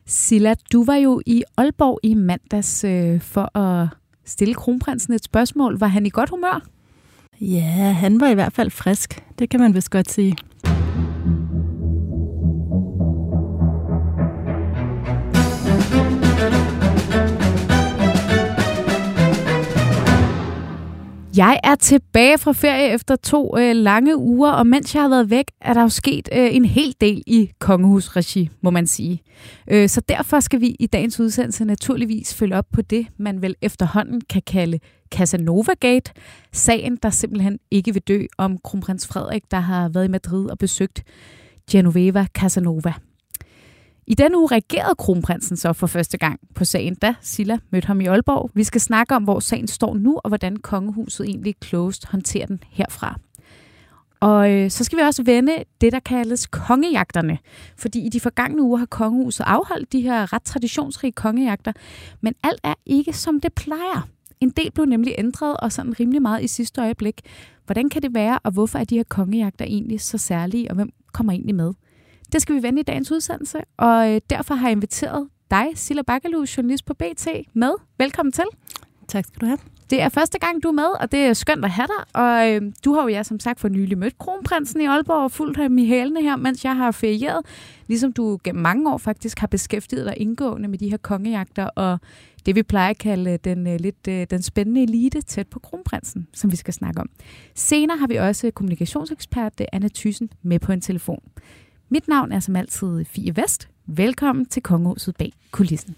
Silla, du var jo i Aalborg i mandags for at stille kronprinsen et spørgsmål. Var han i godt humør? Ja, han var i hvert fald frisk. Det kan man vist godt sige. Jeg er tilbage fra ferie efter 2 lange uger, og mens jeg har været væk, er der jo sket en hel del i kongehusregi, må man sige. Så derfor skal vi i dagens udsendelse naturligvis følge op på det, man vel efterhånden kan kalde Casanova-gate. Sagen, der simpelthen ikke vil dø, om kronprins Frederik, der har været i Madrid og besøgt Genoveva Casanova. I denne uge reagerede kronprinsen så for første gang på sagen, da Silla mødte ham i Aalborg. Vi skal snakke om, hvor sagen står nu, og hvordan kongehuset egentlig klogest håndterer den herfra. Og så skal vi også vende det, der kaldes kongejagterne. Fordi i de forgangne uger har kongehuset afholdt de her ret traditionsrige kongejagter. Men alt er ikke, som det plejer. En del blev nemlig ændret, og sådan rimelig meget i sidste øjeblik. Hvordan kan det være, og hvorfor er de her kongejagter egentlig så særlige, og hvem kommer egentlig med? Det skal vi vende i dagens udsendelse, og derfor har jeg inviteret dig, Silla Bakkerloo, journalist på BT, med. Velkommen til. Tak skal du have. Det er første gang, du er med, og det er skønt at have dig. Og du har jo, som sagt, for nylig mødt kronprinsen i Aalborg og fulgt ham i hælene her, mens jeg har ferieret. Ligesom du gennem mange år faktisk har beskæftiget dig indgående med de her kongejagter, og det vi plejer at kalde den spændende elite tæt på kronprinsen, som vi skal snakke om. Senere har vi også kommunikationsekspert Anna Thyssen med på en telefon. Mit navn er som altid Fie Vest. Velkommen til Kongehuset bag kulissen.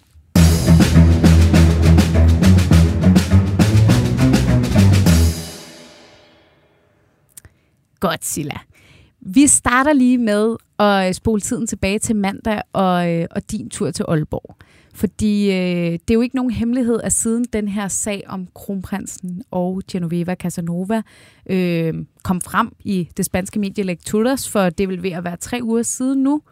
Godt, Silla. Vi starter lige med at spole tiden tilbage til mandag og din tur til Aalborg. Fordi det er jo ikke nogen hemmelighed, at siden den her sag om kronprinsen og Genoveva Casanova kom frem i det spanske medie Lecturas, for det vil ved at være 3 uger siden nu,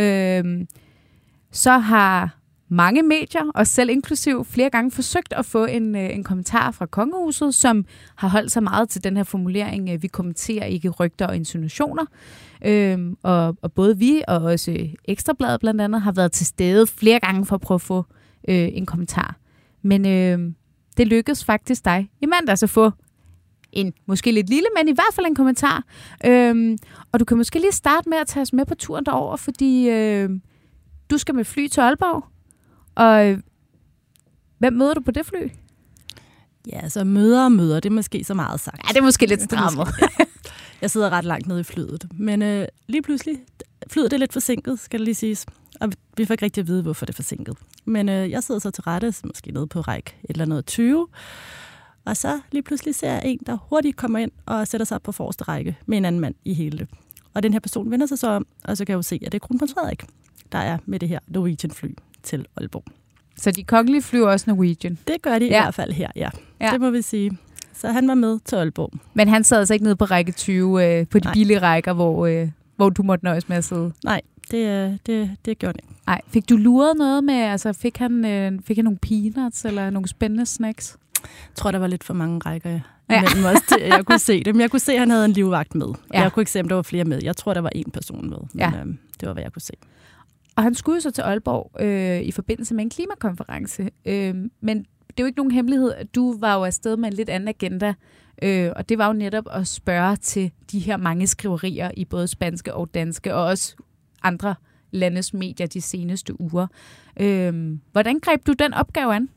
så har mange medier, og selv inklusiv, flere gange forsøgt at få en kommentar fra kongehuset, som har holdt sig meget til den her formulering, vi kommenterer ikke rygter og insinuationer. Og både vi og også Ekstrabladet blandt andet har været til stede flere gange for at prøve at få en kommentar. Men det lykkedes faktisk dig i mandags at få en måske lidt lille, men i hvert fald en kommentar. Og du kan måske lige starte med at tage os med på turen derover, fordi du skal med fly til Aalborg. Og hvem møder du på det fly? Ja, så møder, det er måske så meget sagt. Ja, det er måske lidt stramt. Jeg sidder ret langt nede i flyet. Men lige pludselig, flyet er lidt forsinket, skal det lige siges. Og vi får ikke rigtig at vide, hvorfor det er forsinket. Men jeg sidder så til rette, måske nede på række et eller andet 20. Og så lige pludselig ser jeg en, der hurtigt kommer ind og sætter sig på forreste række med en anden mand i hele det. Og den her person vender sig så om, og så kan jeg jo se, at det er kronprins Frederik, der er med det her Norwegian-fly til Aalborg. Så de kongelige flyver også Norwegian? Det gør de i hvert fald her, ja. Det må vi sige. Så han var med til Aalborg. Men han sad altså ikke nede på række 20 på de billige rækker, hvor du måtte nøjes med at sidde? Nej, det gjorde det. Nej, fik du luret noget med, altså fik han nogle peanuts eller nogle spændende snacks? Jeg tror, der var lidt for mange rækker imellem os til, jeg kunne se det. Men jeg kunne se, at han havde en livvagt med. Ja. Jeg kunne ikke se, om der var flere med. Jeg tror, der var 1 person med. Men det var, hvad jeg kunne se. Og han skulle så til Aalborg i forbindelse med en klimakonference. Men det er jo ikke nogen hemmelighed, at du var jo afsted med en lidt anden agenda. Og det var jo netop at spørge til de her mange skriverier i både spanske og danske, og også andre landes medier de seneste uger. Hvordan greb du den opgave an?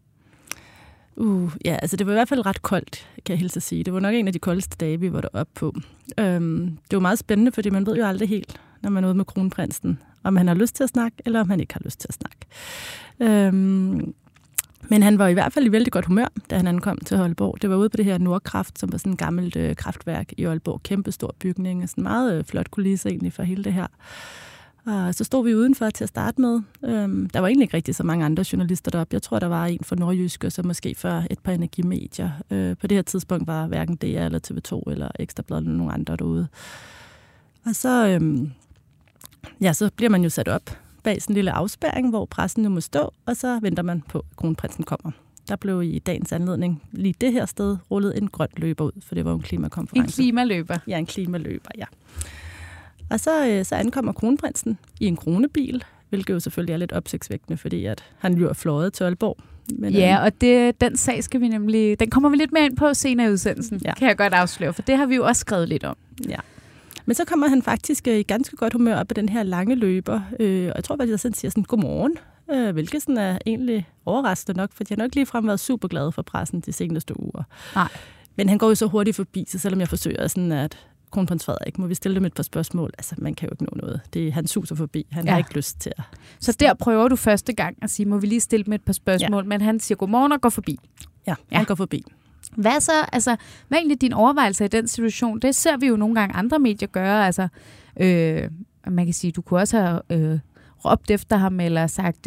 Ja, altså det var i hvert fald ret koldt, kan jeg hilse at sige. Det var nok en af de koldeste dage, vi var deroppe på. Det var meget spændende, fordi man ved jo aldrig helt, når man er ude med kronprinsen, om han har lyst til at snakke, eller om han ikke har lyst til at snakke. Men han var i hvert fald i vældig godt humør, da han ankom til Aalborg. Det var ude på det her Nordkraft, som var sådan et gammelt kraftværk i Aalborg. Kæmpestor bygning, og sådan meget flot kulisse egentlig for hele det her. Og så stod vi udenfor til at starte med. Der var egentlig ikke rigtig så mange andre journalister deroppe. Jeg tror, der var en fra Nordjysk, og så måske for et par energimedier. På det her tidspunkt var hverken DR eller TV2 eller Ekstrabladet eller nogen andre derude. Og så, så bliver man jo sat op bag sådan en lille afspærring, hvor pressen nu må stå, og så venter man på, at kronprinsen kommer. Der blev i dagens anledning lige det her sted rullet en grøn løber ud, for det var en klimakonference. En klimaløber? Ja, en klimaløber, ja. Og så ankommer kronprinsen i en kronebil hvilket jo selvfølgelig er lidt opsigtsvækkende, fordi at han jo er fløjet til Aalborg. Men, og den sag skal vi nemlig, den kommer vi lidt mere ind på senere i udsendelsen, kan jeg godt afsløre, for det har vi jo også skrevet lidt om. Ja. Men så kommer han faktisk i ganske godt humør op på den her lange løber, og jeg tror faktisk, at han siger sådan, godmorgen, hvilket sådan er egentlig overraskende nok, for han har ikke ligefrem været super glad for pressen de seneste uger. Nej. Men han går jo så hurtigt forbi, så selvom jeg forsøger sådan, at kronprins Frederik, må vi stille dem et par spørgsmål? Altså, man kan jo ikke nå noget. Han suser forbi. Han har ikke lyst til at... Så der prøver du første gang at sige, må vi lige stille dem et par spørgsmål? Ja. Men han siger godmorgen og går forbi. Ja, han går forbi. Hvad så? Altså, hvad er egentlig din overvejelse i den situation? Det ser vi jo nogle gange andre medier gøre. Altså, man kan sige, du kunne også have råbt efter ham, eller sagt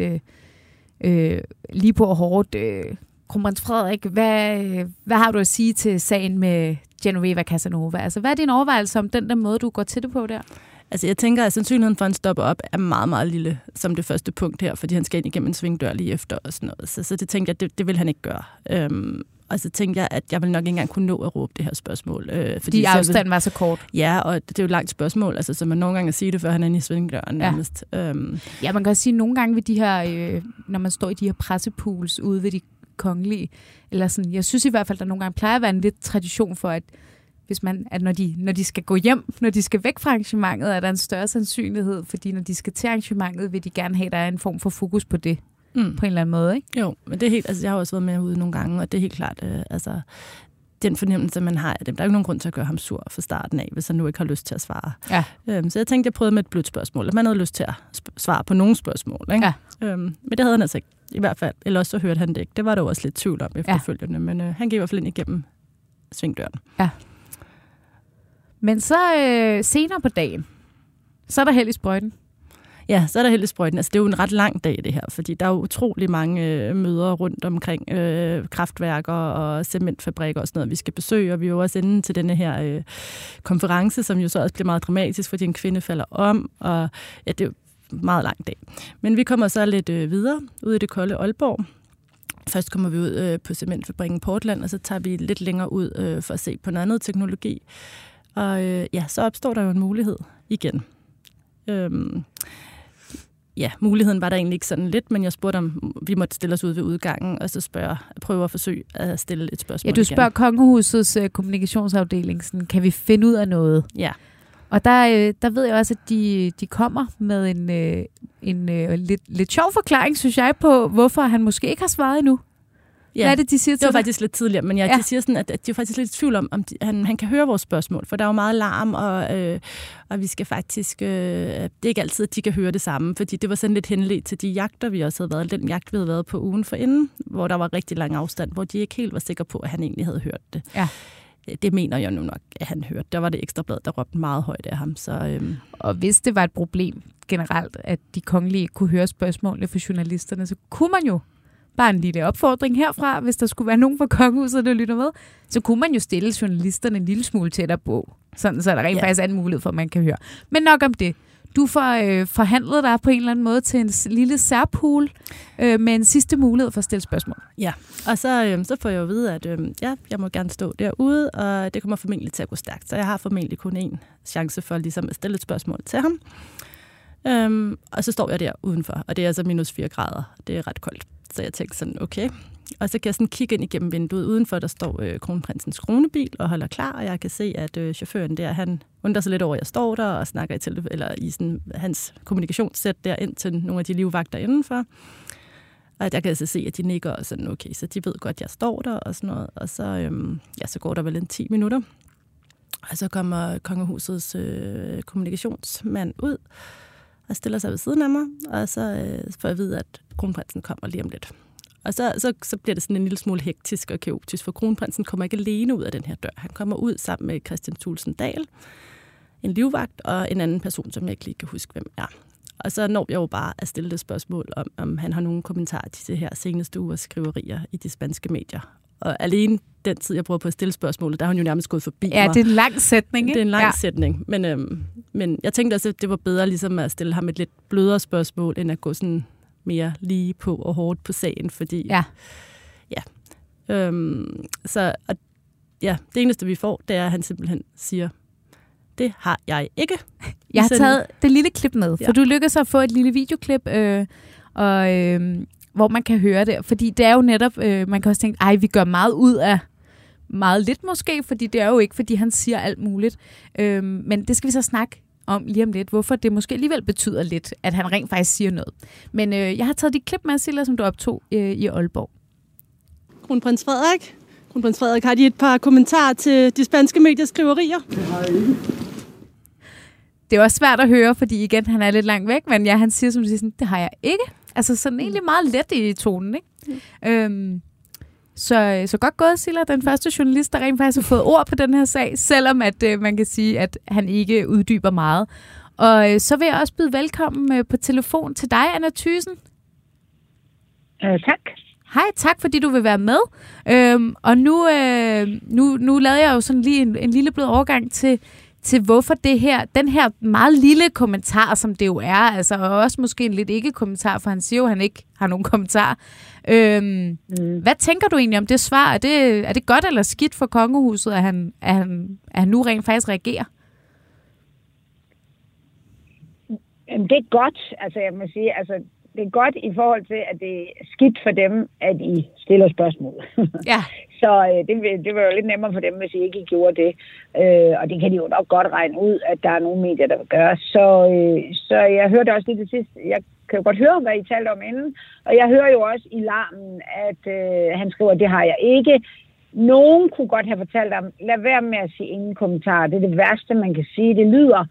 lige på hårdt, kronprins Frederik, hvad har du at sige til sagen med Genoveva Casanova? Altså, hvad er din overvejelse om den der måde, du går til det på der? Altså, jeg tænker, at sandsynligheden for, at han stopper op, er meget, meget lille som det første punkt her, fordi han skal ind igennem en svingdør lige efter og sådan noget. Så det tænker jeg, det vil han ikke gøre. Og så tænkte jeg, at jeg vil nok ikke engang kunne nå at råbe det her spørgsmål. Fordi afstanden var så kort. Ja, og det er jo et langt spørgsmål, altså, så man nogle gange kan sige det, før han er inde i svingdøren nærmest. Ja, man kan sige nogle gange ved de her, når man står i de her pressepools ude ved de kongelige, eller sådan, jeg synes i hvert fald, der nogle gange plejer at være en lidt tradition for, at hvis man, at når de skal gå hjem, når de skal væk fra arrangementet, er der en større sandsynlighed, fordi når de skal til arrangementet, vil de gerne have, at der er en form for fokus på det, på en eller anden måde, ikke? Jo, men det er helt, altså jeg har også været med ude nogle gange, og det er helt klart, altså den fornemmelse, man har af dem. Der er ikke nogen grund til at gøre ham sur fra starten af, hvis han nu ikke har lyst til at svare. Ja. Så jeg tænkte, jeg prøvede med et blødt spørgsmål, at man havde lyst til at svare på nogle spørgsmål, ikke? Ja. Men det havde han altså ikke, i hvert fald. Eller også så hørte han det ikke. Det var der også lidt tvivl om efterfølgende, men han gik i hvert fald ind igennem svingdøren. Ja. Men så senere på dagen, så er der held i sprøjten. Ja, så er der held i sprøjten. Altså, det er jo en ret lang dag, det her, fordi der er jo utrolig mange møder rundt omkring kraftværker og cementfabrikker og sådan noget, vi skal besøge, og vi er jo også inde til denne her konference, som jo så også bliver meget dramatisk, fordi en kvinde falder om, og ja, det er jo en meget lang dag. Men vi kommer så lidt videre ud i det kolde Aalborg. Først kommer vi ud på cementfabrikken Portland, og så tager vi lidt længere ud for at se på noget andet teknologi. Og så opstår der jo en mulighed igen. Muligheden var der egentlig ikke sådan lidt, men jeg spurgte, om vi måtte stille os ud ved udgangen, og så prøve at forsøge at stille et spørgsmål igen. Ja, du spørger Kongehusets kommunikationsafdeling, sådan, kan vi finde ud af noget? Ja. Og der ved jeg også, at de kommer med en lidt sjov forklaring, synes jeg, på hvorfor han måske ikke har svaret endnu. Ja, hvad er det, de siger til det var faktisk lidt tidligere, men de siger sådan, at de er faktisk lidt i tvivl om han kan høre vores spørgsmål, for der er jo meget larm, og vi skal faktisk... det er ikke altid, at de kan høre det samme, fordi det var sådan lidt henledt til de jagter, vi også havde været, den jagt, vi havde været på ugen forinden, hvor der var rigtig lang afstand, hvor de ikke helt var sikre på, at han egentlig havde hørt det. Ja. Det mener jeg nu nok, at han hørte. Der var det Ekstrablad, der råbte meget højt af ham. Så, Og hvis det var et problem generelt, at de kongelige kunne høre spørgsmålene for journalisterne, så kunne man jo bare en lille opfordring herfra, hvis der skulle være nogen fra kongehuset, der lytter med, så kunne man jo stille journalisterne en lille smule tættere på, sådan så der rent faktisk er en mulighed for, at man kan høre. Men nok om det. Du får forhandlet dig på en eller anden måde til en lille særpool med en sidste mulighed for at stille spørgsmål. Ja, og så får jeg jo at vide, at jeg må gerne stå derude, og det kommer formentlig til at gå stærkt. Så jeg har formentlig kun én chance for ligesom at stille et spørgsmål til ham. Og så står jeg der udenfor, og det er altså minus 4 grader. Det er ret koldt. Så jeg tænkte sådan, okay. Og så kan jeg sådan kigge ind igennem vinduet udenfor, der står kronprinsens kronebil og holder klar, og jeg kan se, at chaufføren der, han undrer sig lidt over, at jeg står der og snakker i sådan, hans kommunikationssæt der ind til nogle af de livvagter indenfor. Og jeg kan altså se, at de nikker og sådan, okay, så de ved godt, at jeg står der og sådan noget. Og så, så går der vel en 10 minutter, og så kommer kongehusets kommunikationsmand ud og stiller sig ved siden af mig, og så får jeg at vide, at kronprinsen kommer lige om lidt. Og så bliver det sådan en lille smule hektisk og kaotisk, for kronprinsen kommer ikke alene ud af den her dør. Han kommer ud sammen med Christian Thulesen Dahl, en livvagt og en anden person, som jeg ikke lige kan huske, hvem er. Og så når jeg jo bare at stille det spørgsmål om han har nogle kommentarer til det her seneste ugers skriverier i de spanske medier. Og alene den tid, jeg bruger på at stille spørgsmålet, der har hun jo nærmest gået forbi mig. Ja, det er en lang sætning, ikke? Det er en lang sætning. Men jeg tænkte også, at det var bedre ligesom at stille ham et lidt blødere spørgsmål, end at gå sådan mere lige på og hårdt på sagen, fordi... Det eneste, vi får, det er, at han simpelthen siger, det har jeg ikke. Jeg har taget det lille klip med, for du lykkedes at få et lille videoklip, hvor man kan høre det. Fordi det er jo netop, man kan også tænke, vi gør meget ud af meget lidt måske, fordi det er jo ikke, fordi han siger alt muligt. Men det skal vi så snakke om lige om lidt, hvorfor det måske alligevel betyder lidt, at han rent faktisk siger noget. Men jeg har taget de klip med, Silla, som du optog i Aalborg. Kronprins Frederik, har de et par kommentarer til de spanske mediers skriverier? Det har jeg ikke. Det er også svært at høre, fordi igen, han er lidt langt væk, men han siger, som du siger, sådan, det har jeg ikke. Altså sådan egentlig meget let i tonen, ikke? Så godt gået, Silla, den første journalist, der rent faktisk har fået ord på den her sag, selvom at man kan sige, at han ikke uddyber meget. Og så vil jeg også byde velkommen på telefon til dig, Anna Thyssen. Tak. Hej, tak fordi du vil være med. Og nu lavede jeg jo sådan lige en lille blød overgang til hvorfor den her meget lille kommentar, som det jo er, altså og også måske en lidt ikke-kommentar, for han siger jo, at han ikke har nogen kommentar. Hvad tænker du egentlig om det svar? Er det godt eller skidt for kongehuset, at han nu rent faktisk reagerer? Det er godt, altså jeg må sige, altså det er godt i forhold til, at det er skidt for dem, at I stiller spørgsmål. Ja. Så det var jo lidt nemmere for dem, hvis I ikke gjorde det. Og det kan de jo nok godt regne ud, at der er nogle medier, der vil gøre. Så jeg hørte også lige til sidst, jeg kan jo godt høre, hvad I talte om inden. Og jeg hører jo også i larmen, at han skriver, det har jeg ikke. Nogen kunne godt have fortalt ham, lad være med at sige ingen kommentar. Det er det værste, man kan sige. Det lyder...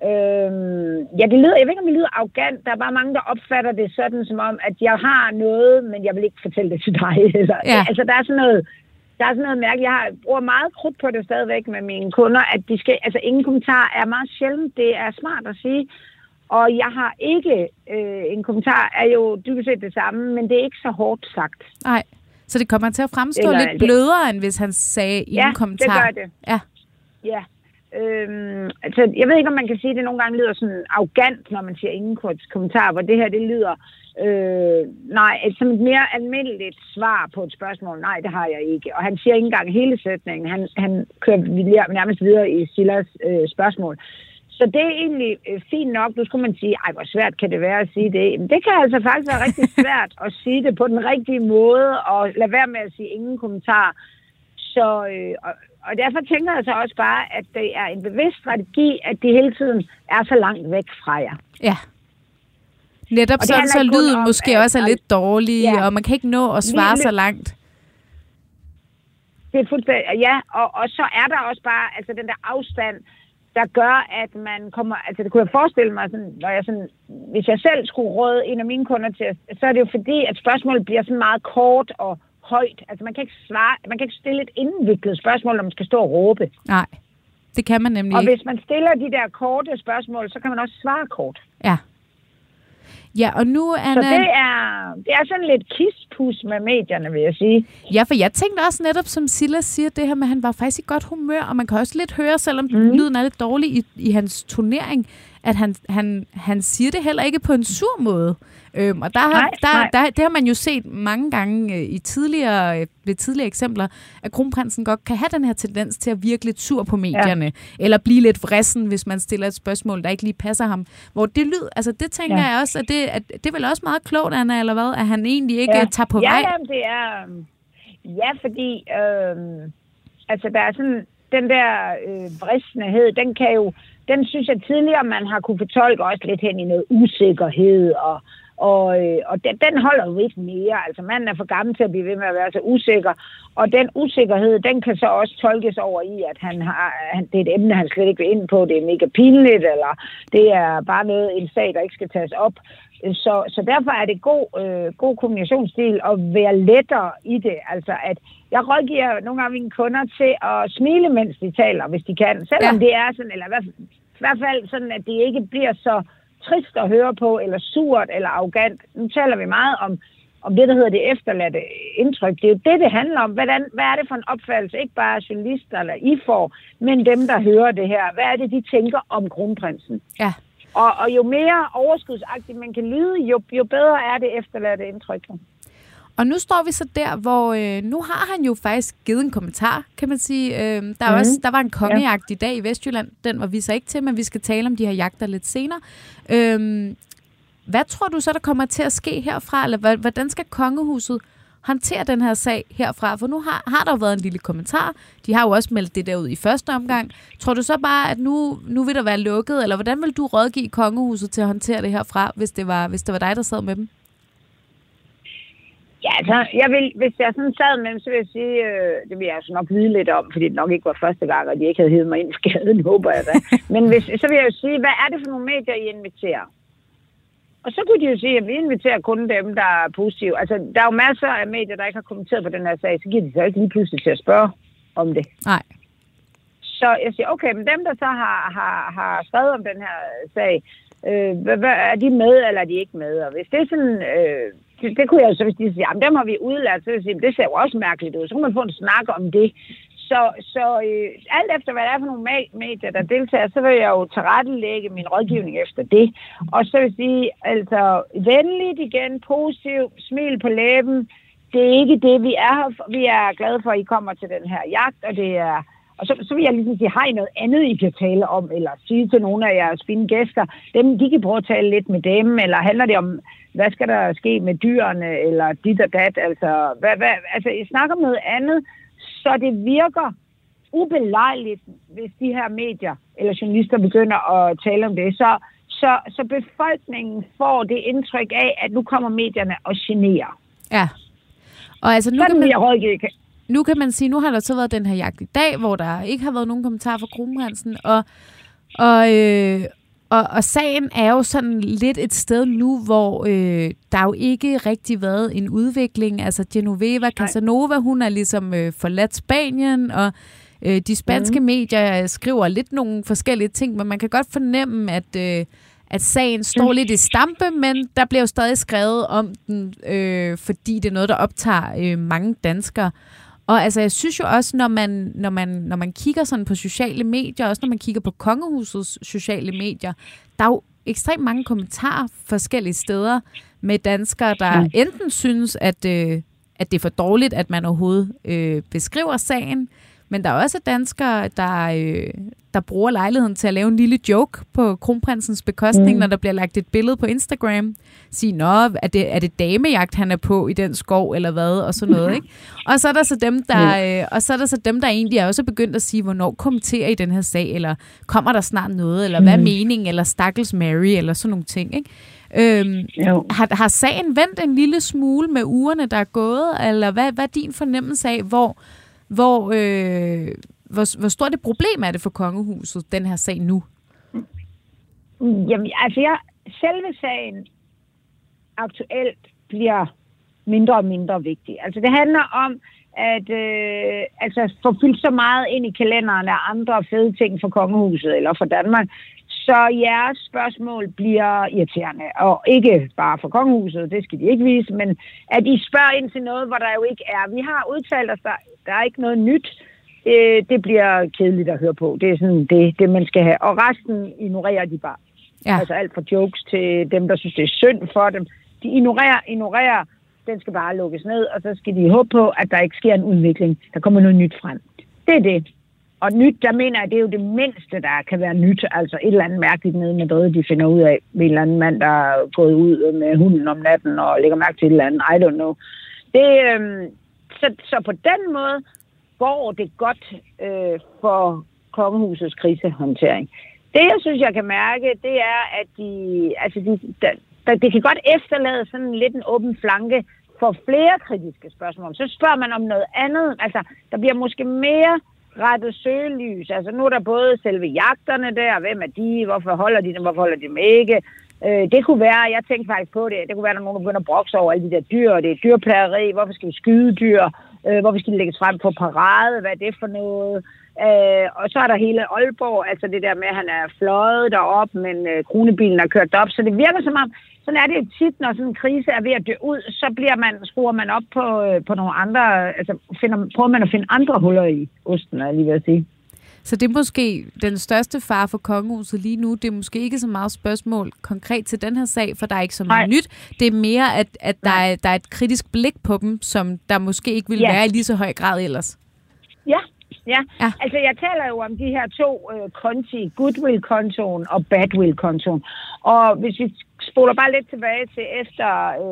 jeg ved ikke, om det lyder arrogant. Der er bare mange, der opfatter det sådan, som om, at jeg har noget, men jeg vil ikke fortælle det til dig. Altså, der er sådan noget mærkeligt. Jeg bruger meget krudt på det stadigvæk med mine kunder, at de skal, altså ingen kommentar er meget sjældent. Det er smart at sige. Og jeg har ikke, en kommentar er jo dybest set det samme, men det er ikke så hårdt sagt. Nej, så det kommer til at fremstå lidt blødere, end hvis han sagde ingen kommentar. Ja, det gør det. Ja. Altså, jeg ved ikke, om man kan sige, at det nogle gange lyder sådan arrogant, når man siger ingen kommentar, hvor det her, det lyder som et mere almindeligt svar på et spørgsmål. Nej, det har jeg ikke. Og han siger ikke engang hele sætningen. Han kører nærmest videre i Sillas spørgsmål. Så det er egentlig fint nok. Nu skulle man sige, hvor svært kan det være at sige det? Men det kan altså faktisk være rigtig svært at sige det på den rigtige måde, og lade være med at sige ingen kommentar. Så, og derfor tænker jeg så også bare, at det er en bevidst strategi, at de hele tiden er så langt væk fra jer. Ja. Netop sådan, så lyden måske også er lidt dårlig, og man kan ikke nå at svare så langt. Det er fuldstændig, ja, og så er der også bare altså den der afstand, der gør, at man kommer... Altså, det kunne jeg forestille mig, sådan, når jeg sådan... Hvis jeg selv skulle råde en af mine kunder til, så er det jo fordi, at spørgsmålet bliver sådan meget kort og højt. Altså, man kan ikke svare... Man kan ikke stille et indviklet spørgsmål, når man skal stå og råbe. Nej, det kan man nemlig ikke. Og hvis man stiller de der korte spørgsmål, så kan man også svare kort. Ja. Ja, og nu, Anna... Så det er sådan lidt kispus med medierne, vil jeg sige. Ja, for jeg tænkte også netop, som Silas siger, det her med, at han var faktisk i godt humør, og man kan også lidt høre, selvom lyden er lidt dårlig i hans turnering, at han siger det heller ikke på en sur måde. Og det har man jo set mange gange ved tidligere eksempler, at kronprinsen godt kan have den her tendens til at virke lidt sur på medierne, eller blive lidt vrissen, hvis man stiller et spørgsmål, der ikke lige passer ham. Hvor det lyder, altså det tænker jeg også, at det er vel også meget klogt, Anna, eller hvad, at han egentlig ikke tager på vej. Ja, det er... Ja, fordi altså der er sådan den der vristenhed, den synes jeg tidligere, man har kunne fortolke også lidt hen i noget usikkerhed, og den holder jo ikke mere. Altså manden er for gammel til at blive ved med at være så usikker, og den usikkerhed, den kan så også tolkes over i, at det er et emne, han slet ikke vil ind på, det er mega pinligt, eller det er bare en sag, der ikke skal tages op. Så derfor er det god kommunikationsstil at være lettere i det. Altså at jeg rådgiver nogle af mine kunder til at smile, mens de taler, hvis de kan. Selvom det er sådan, eller i hvert fald sådan, at det ikke bliver så trist at høre på, eller surt, eller arrogant. Nu taler vi meget om det, der hedder det efterladte indtryk. Det er jo det handler om. Hvad er det for en opfattelse? Ikke bare journalister eller I får, men dem, der hører det her. Hvad er det, de tænker om kronprinsen? Ja. Og jo mere overskudsagtigt man kan lyde, jo bedre er det efterladte indtryk. Og nu står vi så der, hvor nu har han jo faktisk givet en kommentar, kan man sige. Der var en kongejagt i dag i Vestjylland. Den var vi så ikke til, men vi skal tale om de her jagter lidt senere. Hvad tror du så, der kommer til at ske herfra? Eller hvordan skal kongehuset håndtere den her sag herfra? For nu har der jo været en lille kommentar. De har jo også meldt det derud i første omgang. Tror du så bare, at nu vil der være lukket? Eller hvordan vil du rådgive kongehuset til at håndtere det herfra, hvis det var dig, der sad med dem? Ja, altså, hvis jeg sådan sad med dem, så vil jeg sige, det vil jeg så nok vide lidt om, fordi det nok ikke var første gang, og de ikke havde hævet mig ind i skaden, håber jeg da. Men så vil jeg jo sige, hvad er det for nogle medier, I inviterer? Og så kunne de jo sige, at vi inviterer kun dem, der er positive. Altså, der er jo masser af medier, der ikke har kommenteret på den her sag, så giver de så ikke lige pludselig til at spørge om det. Nej. Så jeg siger, okay, men dem, der så har skrevet om den her sag, er de med, eller er de ikke med? Og hvis det er sådan... det kunne jeg jo så, hvis de siger, jamen dem har vi udlært, så vil jeg sige, det ser jo også mærkeligt ud. Så kan man få en snak om det. Så alt efter, hvad det er for nogle medier, der deltager, så vil jeg jo tilrettelægge min rådgivning efter det. Og så vil jeg sige, altså venligt igen, positiv, smil på læben. Det er ikke det, vi er her for. Vi er glade for, at I kommer til den her jagt, og det er... Og så vil jeg ligesom sige, har I noget andet, I kan tale om, eller sige til nogle af jeres fine gæster, de kan prøve at tale lidt med dem, eller handler det om, hvad skal der ske med dyrene, eller dit og dat, altså, altså I snakker om noget andet, så det virker ubelejligt, hvis de her medier eller journalister begynder at tale om det, så befolkningen får det indtryk af, at nu kommer medierne og generer. Ja, og altså nu kan man sige, nu har der så været den her jagt i dag, hvor der ikke har været nogen kommentar fra kronprinsen, og sagen er jo sådan lidt et sted nu, hvor der jo ikke rigtig været en udvikling. Altså Genoveva Casanova, hun er ligesom forladt Spanien, og de spanske medier skriver lidt nogle forskellige ting, men man kan godt fornemme, at sagen står lidt i stampe, men der bliver jo stadig skrevet om den, fordi det er noget, der optager mange danskere. Og altså, jeg synes jo også, når man kigger sådan på sociale medier, også når man kigger på kongehusets sociale medier, der er jo ekstremt mange kommentarer forskellige steder med danskere, der enten synes, at det er for dårligt, at man overhovedet beskriver sagen, men der er også danskere, der bruger lejligheden til at lave en lille joke på kronprinsens bekostning, når der bliver lagt et billede på Instagram. Sige, er det damejagt, han er på i den skov, eller hvad, og sådan noget, ikke? Og så er der så dem, der egentlig er også begyndt at sige, hvornår kommenterer I den her sag, eller kommer der snart noget, eller hvad er meningen, eller stakkels Mary, eller sådan nogle ting, ikke? Har sagen vendt en lille smule med ugerne, der er gået, eller hvad er din fornemmelse af, hvor stort et problem er det for kongehuset, den her sag nu? Jamen, altså selve sagen aktuelt bliver mindre og mindre vigtig. Altså det handler om at få fyldt så meget ind i kalenderen af andre fede ting for kongehuset eller for Danmark, så jeres spørgsmål bliver irriterende. Og ikke bare for kongehuset, det skal de ikke vise, men at I spørger ind til noget, hvor der jo ikke er. Vi har udtalt os, der er ikke noget nyt. Det bliver kedeligt at høre på. Det er sådan det man skal have. Og resten ignorerer de bare. Ja. Altså alt fra jokes til dem, der synes, det er synd for dem. De ignorerer, den skal bare lukkes ned, og så skal de håbe på, at der ikke sker en udvikling. Der kommer noget nyt frem. Det er det. Og nyt, der mener jeg, det er jo det mindste, der kan være nyt. Altså et eller andet mærkeligt nede med noget, de finder ud af. Med en eller anden mand, der er gået ud med hunden om natten og lægger mærke til et eller andet. I don't know. Så på den måde går det godt for kongehusets krisehåndtering. Det, jeg synes, jeg kan mærke, det er, at det kan godt efterlade sådan lidt en åben flanke for flere kritiske spørgsmål. Så spørger man om noget andet. Altså, der bliver måske mere rettet søgelys. Altså, nu er der både selve jagterne der. Hvem er de? Hvorfor holder de dem? Hvorfor holder de dem ikke? Det kunne være, jeg tænkte faktisk på det, kunne være, der er nogen, der begynder at brokse over alle de der dyr, og det er dyrplageri. Hvorfor skal vi skyde dyr? Hvorfor skal de lægges frem på parade? Hvad er det for noget? Og så er der hele Aalborg, altså det der med, at han er fløjet derop, men kronebilen er kørt op. Så det virker som om, sådan er det tit, når sådan en krise er ved at dø ud, så skruer man op på nogle andre, altså prøver man at finde andre huller i osten, er jeg lige ved at sige. Så det er måske den største fare for kongehuset lige nu. Det er måske ikke så meget spørgsmål konkret til den her sag, for der er ikke så meget nyt. Det er mere, at der er et kritisk blik på dem, som der måske ikke vil være i lige så høj grad ellers. Ja. Altså jeg taler jo om de her to konti, goodwill-kontoen og badwill-kontoen. Og hvis vi spoler bare lidt tilbage til efter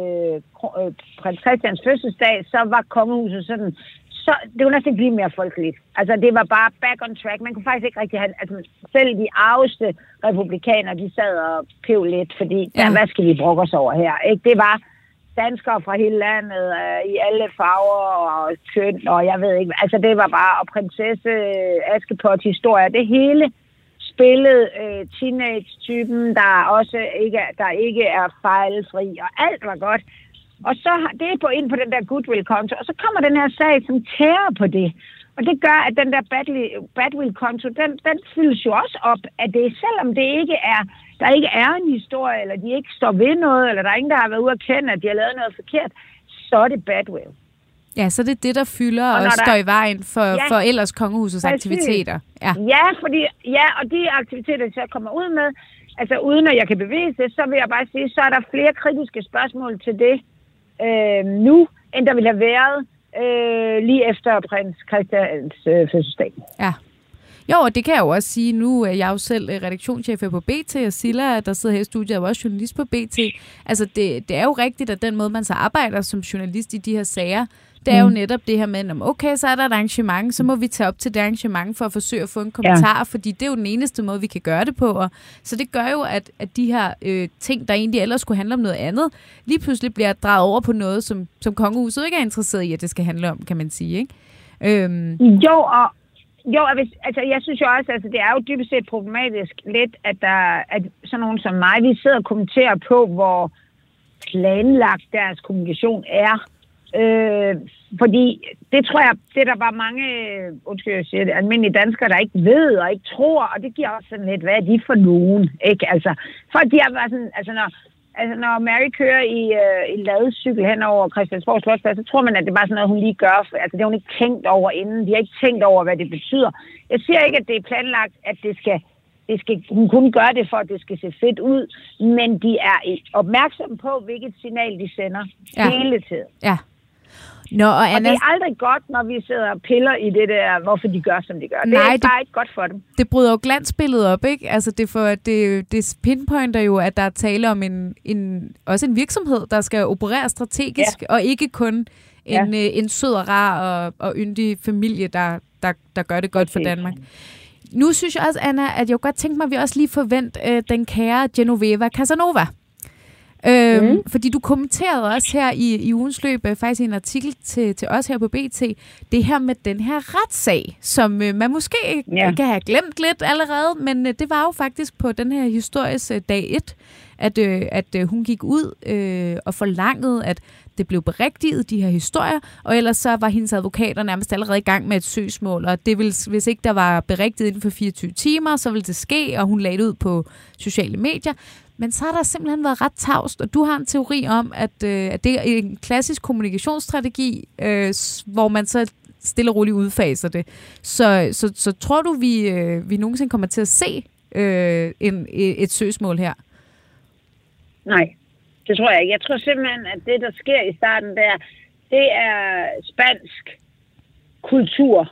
prins Christians fødselsdag, så var kongehuset sådan, så det var næsten ikke lige mere folkeligt. Altså det var bare back on track. Man kunne faktisk ikke rigtig have, altså selv de arveste republikanere, de sad og pev lidt, fordi hvad skal vi brokke os over her? Ikke? Det var danskere fra hele landet i alle farver og køn, og jeg ved ikke, altså det var bare, og prinsesse Askepot historie, det hele spillede teenage-typen, der ikke er fejlfri, og alt var godt. Og så det er på ind på den der goodwill-konto, og så kommer den her sag, som tærer på det. Og det gør, at den der badwill-konto, den fyldes jo også op af det, selvom det ikke er, der ikke er en historie, eller de ikke står ved noget, eller der er ingen, der har været ude at kende, at de har lavet noget forkert, så er det badwill. Ja, så det er det, der fylder og står i vejen for ellers kongehusets aktiviteter. Ja, og de aktiviteter, jeg kommer ud med, altså uden at jeg kan bevise det, så vil jeg bare sige, så er der flere kritiske spørgsmål til det nu, end der ville have været lige efter prins Christians fødselsdag. Ja. Jo, og det kan jeg jo også sige. Nu er jeg jo selv redaktionschef på BT, og Silla, der sidder her i studiet, er også journalist på BT. Altså, det er jo rigtigt, at den måde, man så arbejder som journalist i de her sager, det er jo netop det her med, okay, så er der et arrangement, så må vi tage op til det arrangement for at forsøge at få en kommentar, fordi det er jo den eneste måde, vi kan gøre det på. Og så det gør jo, at de her ting, der egentlig ellers skulle handle om noget andet, lige pludselig bliver draget over på noget, som kongehuset ikke er interesseret i, at det skal handle om, kan man sige, ikke? Altså jeg synes jo også, altså det er jo dybest set problematisk lidt, at sådan nogen som mig, vi sidder og kommenterer på, hvor planlagt deres kommunikation er. Fordi det tror jeg, det der var mange, almindelige danskere, der ikke ved og ikke tror, og det giver også sådan lidt, hvad er de for nogen, ikke? Altså, folk de har været sådan, når Mary kører i ladecykel hen over Christiansborg Slotsplads, så tror man, at det er bare sådan noget, hun lige gør. Altså, det har hun ikke tænkt over inden. De har ikke tænkt over, hvad det betyder. Jeg siger ikke, at det er planlagt, at hun kunne gøre det for, at det skal se fedt ud, men de er opmærksomme på, hvilket signal de sender hele tiden. Ja. Og det er aldrig godt, når vi sidder og piller i det der, hvorfor de gør, som de gør. Det er bare ikke godt for dem. Det bryder jo glansbilledet op, ikke? Altså det pinpointer jo, at der er tale om også en virksomhed, der skal operere strategisk, og ikke kun en sød og rar og yndig familie, der gør det godt for Danmark. Nu synes jeg også, Anna, at jeg godt tænker mig, at vi også lige forventer den kære Genoveva Casanova. Fordi du kommenterede også her i ugens løb, faktisk i en artikel til os her på BT, det her med den her retssag, som man måske kan have glemt lidt allerede, men det var jo faktisk på den her histories dag 1, at hun gik ud og forlangede, at det blev berigtiget, de her historier, og ellers så var hendes advokater nærmest allerede i gang med et søgsmål, og det ville, hvis ikke der var berigtiget inden for 24 timer, så ville det ske, og hun lagde det ud på sociale medier. Men så har der simpelthen været ret tavst, og du har en teori om, at det er en klassisk kommunikationsstrategi, hvor man så stille og roligt udfaser det. Så tror du, vi nogensinde kommer til at se et søgsmål her? Nej, det tror jeg ikke. Jeg tror simpelthen, at det, der sker i starten der, det er spansk kultur,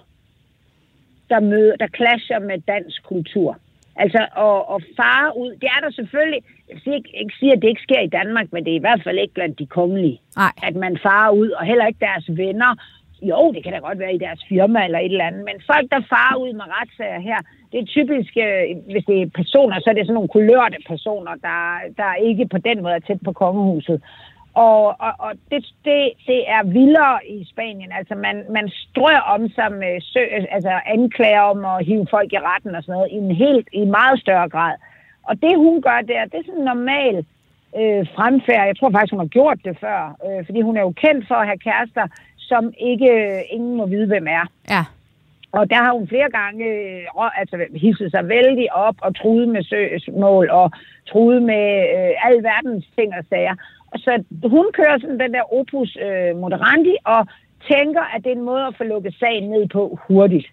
der clasher med dansk kultur. Altså, og fare ud, det er der selvfølgelig, jeg vil ikke sige, at det ikke sker i Danmark, men det er i hvert fald ikke blandt de kongelige, at man farer ud, og heller ikke deres venner. Jo, det kan da godt være i deres firma eller et eller andet, men folk, der farer ud med retssager her, det er typisk, hvis det er personer, så er det sådan nogle kulørte personer, der ikke på den måde er tæt på kongehuset. Og det er vildere i Spanien. Altså man strør om sig med anklager om at hive folk i retten og sådan noget i meget større grad. Og det hun gør der, det er sådan normal fremfærd. Jeg tror faktisk, hun har gjort det før. Fordi hun er jo kendt for at have kærester, som ingen må vide, hvem er. Ja. Og der har hun flere gange hisset sig vældig op og truet med søgsmål og truet med alverdens ting og sager. Så hun kører sådan den der opus moderandi og tænker, at det er en måde at få lukket sagen ned på hurtigt.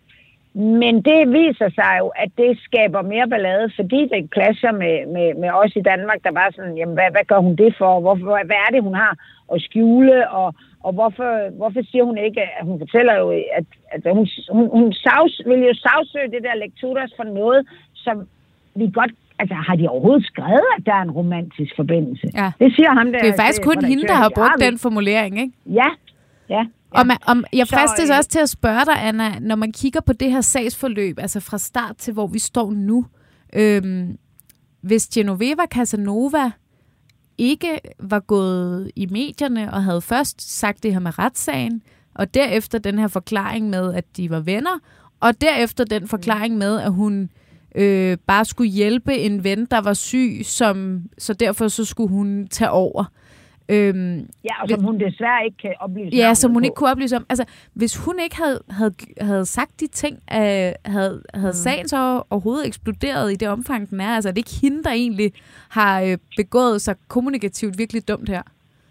Men det viser sig jo, at det skaber mere ballade, fordi det clasher med os i Danmark, der bare sådan, jamen hvad gør hun det for? Hvad er det, hun har at skjule? Og hvorfor siger hun ikke, at hun fortæller jo, at hun vil jo sagsøge det der Lecturas for noget, som vi godt... Altså, har de overhovedet skrevet, at der er en romantisk forbindelse? Ja. Det siger ham der. Det er faktisk kun hende, der har brugt den formulering, ikke? Ja. Jeg fristes også til at spørge dig, Anna, når man kigger på det her sagsforløb, altså fra start til, hvor vi står nu. Hvis Genoveva Casanova ikke var gået i medierne og havde først sagt det her med retssagen, og derefter den her forklaring med, at de var venner, og derefter den forklaring med, at hun bare skulle hjælpe en ven, der var syg, så derfor så skulle hun tage over. Og som hun desværre ikke kan oplyse. Ja, som hun ikke kunne oplyse om. Altså, hvis hun ikke havde sagt de ting, havde sagen så overhovedet eksploderet i det omfang, den er. Altså, det er ikke hende, der egentlig har begået sig kommunikativt virkelig dumt her.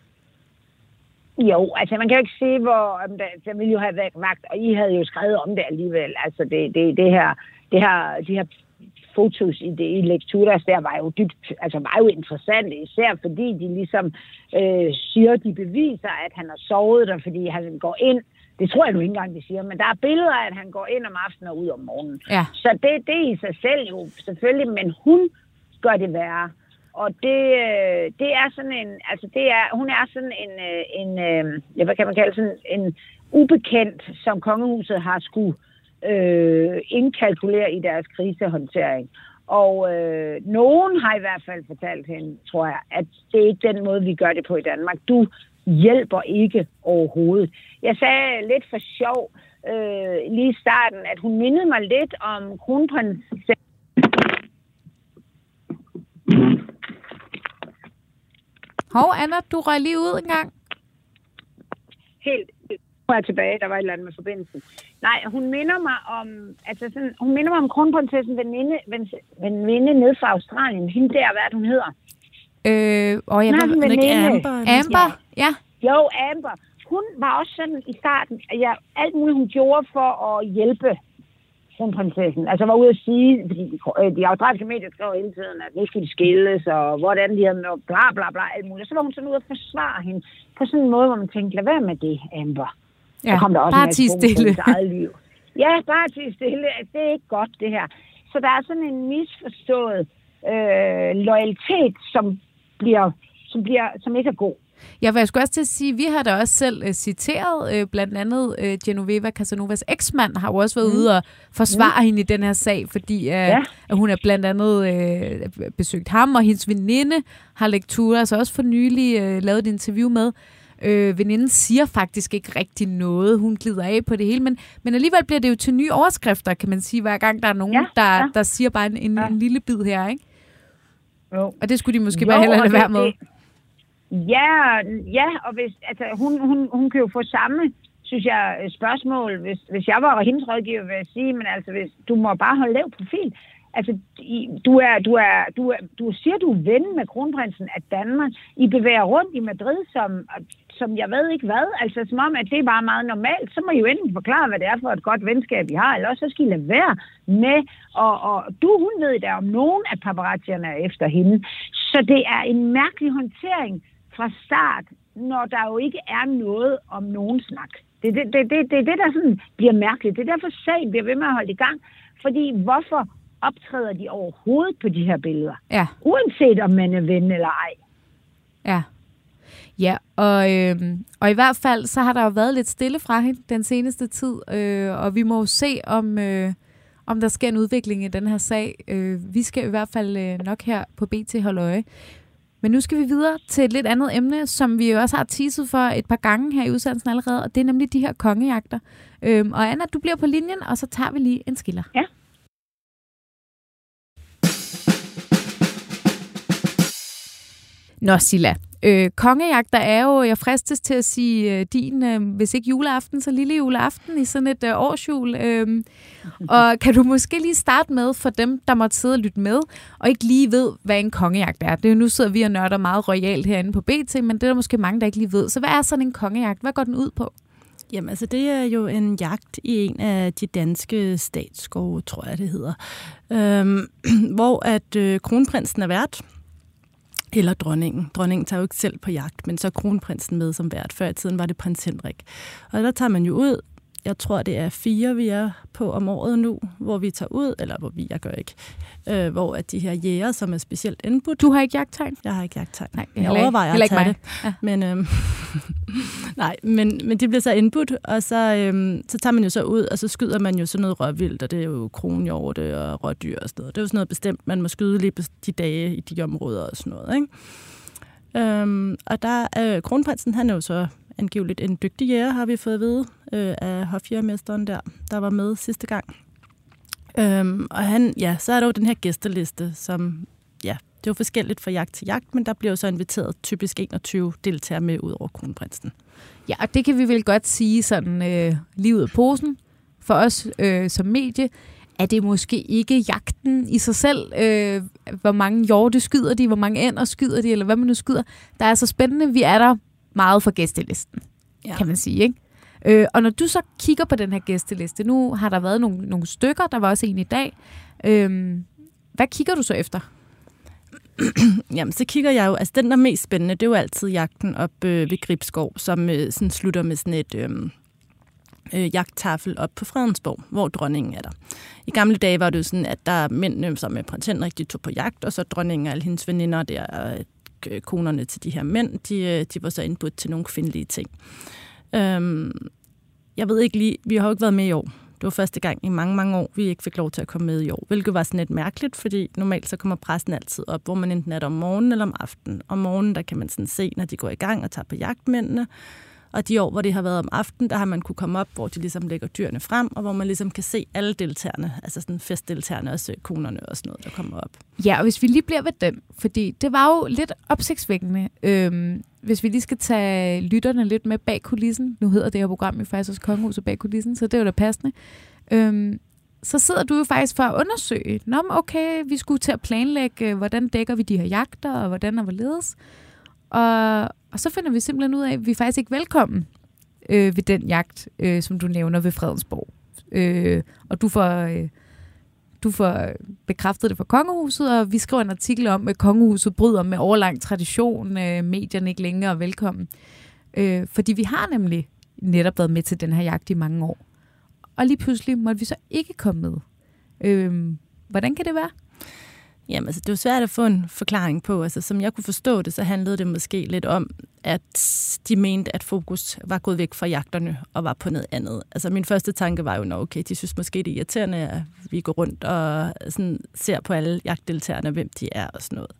Jo, altså man kan jo ikke se, hvor der ville jo have været vagt, og I havde jo skrevet om det alligevel. Altså, de her fotos i Lecturas der var jo interessante, især fordi de ligesom siger, de beviser, at han har sovet der, fordi han går ind. Det tror jeg nu ikke engang, de siger, men der er billeder af, at han går ind om aftenen og ud om morgenen. Ja. Så det er i sig selv jo selvfølgelig, men hun gør det værre. Og det er sådan en, altså hun er sådan en hvad kan man kalde sådan en ubekendt, som kongehuset har skulle indkalkulere i deres krisehåndtering. Og nogen har i hvert fald fortalt hende, tror jeg, at det er ikke den måde, vi gør det på i Danmark. Du hjælper ikke overhovedet. Jeg sagde lidt for sjov lige i starten, at hun mindede mig lidt om kronprinsessen. Hov, Anna, du røg lige ud en gang. Helt tilbage, der var et eller andet med forbindelsen. Nej, hun minder mig om kronprinsessen veninde nede fra Australien. Hende der, hvad hun hedder. Amber, ja. Jo, Amber. Hun var også sådan i starten, alt muligt hun gjorde for at hjælpe kronprinsessen. Altså var ude at sige, fordi de australske medier skrev hele tiden, at nu skulle de skilles, og hvordan de havde bla bla bla, alt muligt. Så var hun sådan ude at forsvare hende på sådan en måde, hvor man tænkte, lad være med det, Amber. Ja, kom der også bare tige stille. Ja, bare tige stille. Det er ikke godt, det her. Så der er sådan en misforstået loyalitet, som ikke er god. Ja, jeg skulle også til at sige, vi har da også selv citeret, blandt andet Genoveva Casanovas eksmand har jo også været ude og forsvare hende i den her sag, fordi at hun har blandt andet besøgt ham, og hendes veninde har Lecturas også for nylig lavet et interview med. Veninden siger faktisk ikke rigtig noget. Hun glider af på det hele, men alligevel bliver det jo til nye overskrifter, kan man sige, hver gang der er nogen, der siger bare en lille bid her, ikke? Jo. Og det skulle de måske bare hellere lade være med. Ja, og hvis, altså, hun kan jo få samme, synes jeg, spørgsmål, hvis jeg var hendes rådgiver, vil jeg sige, men altså, hvis du må bare holde lav profil. Altså, du siger, du er ven med kronprinsen af Danmark. I bevæger rundt i Madrid, som jeg ved ikke hvad. Altså, som om, at det er bare meget normalt. Så må I jo enten forklare, hvad det er for et godt venskab, I har, eller også så skal I lade være med. Og hun ved der om nogen, at paparazzierne er efter hende. Så det er en mærkelig håndtering fra start, når der jo ikke er noget om nogen snak. Det er det, der sådan bliver mærkeligt. Det er derfor sagen bliver ved med at holde i gang. Fordi hvorfor optræder de overhovedet på de her billeder? Ja. Uanset om man er ven eller ej. Ja. Ja, og i hvert fald, så har der jo været lidt stille fra hende den seneste tid, og vi må jo se, om der sker en udvikling i den her sag. Vi skal i hvert fald nok her på BT holde øje. Men nu skal vi videre til et lidt andet emne, som vi jo også har teaset for et par gange her i udsendelsen allerede, og det er nemlig de her kongejagter. Og Anna, du bliver på linjen, og så tager vi lige en skiller. Ja. Nå, Silla. Kongejagter er jo, jeg fristes til at sige, din, hvis ikke juleaften, så lille juleaften i sådan et årsjul. Og kan du måske lige starte med for dem, der måtte sidde og lytte med, og ikke lige ved, hvad en kongejagt er? Det er jo, nu sidder vi og nørder meget royalt herinde på BT, men det er der måske mange, der ikke lige ved. Så hvad er sådan en kongejagt? Hvad går den ud på? Jamen, altså det er jo en jagt i en af de danske statsskove, tror jeg det hedder, hvor at kronprinsen er vært, eller dronningen. Dronningen tager jo ikke selv på jagt, men så er kronprinsen med som vært. Før i tiden var det prins Henrik. Og der tager man jo ud. Jeg tror, det er 4, vi er på om året nu, hvor vi tager ud, eller jeg gør ikke, hvor at de her jæger, som er specielt indbudt. Du har ikke jagttegn? Jeg har ikke jagttegn. Nej, jeg overvejer at tage det. Ja. Men, men de bliver så indbudt, og så tager man jo så ud, og så skyder man jo sådan noget råvildt, og det er jo kronhjorte og rådyr og sådan noget. Det er jo sådan noget bestemt, man må skyde lige på de dage i de områder og sådan noget, ikke? Og der er kronprinsen, han er jo så angiveligt en dygtig jæger, har vi fået at vide, af hofjægermesteren der var med sidste gang. Og så er der jo den her gæsteliste, som, det er jo forskelligt fra jagt til jagt, men der bliver jo så inviteret typisk 21 deltagere med ud over kronprinsen. Ja, og det kan vi vel godt sige sådan lige ud af posen. For os som medie, er det måske ikke jagten i sig selv, hvor mange hjorte skyder de, hvor mange ænder skyder de, eller hvad man nu skyder. Der er så spændende, vi er der meget for gæstelisten, kan man sige, ikke? Og når du så kigger på den her gæsteliste, nu har der været nogle stykker, der var også en i dag. Hvad kigger du så efter? Jamen, så kigger jeg jo, altså den der er mest spændende, det er jo altid jagten op ved Gribskov, som sådan slutter med sådan et jagttafel op på Fredensborg, hvor dronningen er der. I gamle dage var det jo sådan, at der mændene, som med prins Henrik, de tog på jagt, og så dronningen og alle hendes veninder der, konerne til de her mænd, de var så indbudt til nogle kvindelige ting. Jeg ved ikke lige, vi har jo ikke været med i år. Det var første gang i mange, mange år, vi ikke fik lov til at komme med i år, hvilket var sådan lidt mærkeligt, fordi normalt så kommer pressen altid op, hvor man enten er der om morgenen eller om aftenen. Om morgenen, der kan man sådan se, når de går i gang og tager på jagtmændene, og de år, hvor det har været om aftenen, der har man kunne komme op, hvor de ligesom lægger dyrene frem, og hvor man ligesom kan se alle deltagerne, altså sådan festdeltagerne, også konerne og sådan noget, der kommer op. Ja, og hvis vi lige bliver ved den, fordi det var jo lidt opsigtsvækkende, hvis vi lige skal tage lytterne lidt med bag kulissen, nu hedder det her program jo faktisk også Kongehuset bag kulissen, så det er jo da passende, så sidder du jo faktisk for at undersøge, okay, vi skulle til at planlægge, hvordan dækker vi de her jagter, og hvordan og hvorledes. Og så finder vi simpelthen ud af, at vi faktisk ikke er velkommen ved den jagt, som du nævner ved Fredensborg. Og du får bekræftet det fra Kongehuset, og vi skriver en artikel om, at Kongehuset bryder med overlang tradition, medierne ikke længere er velkommen. Fordi vi har nemlig netop været med til den her jagt i mange år. Og lige pludselig måtte vi så ikke komme med. Hvordan kan det være? Jamen, altså, det er jo svært at få en forklaring på. Altså, som jeg kunne forstå det, så handlede det måske lidt om, at de mente, at fokus var gået væk fra jagterne og var på noget andet. Altså, min første tanke var jo, okay, de synes måske, det er irriterende, at vi går rundt og sådan, ser på alle jagtdeltagerne, hvem de er og sådan noget.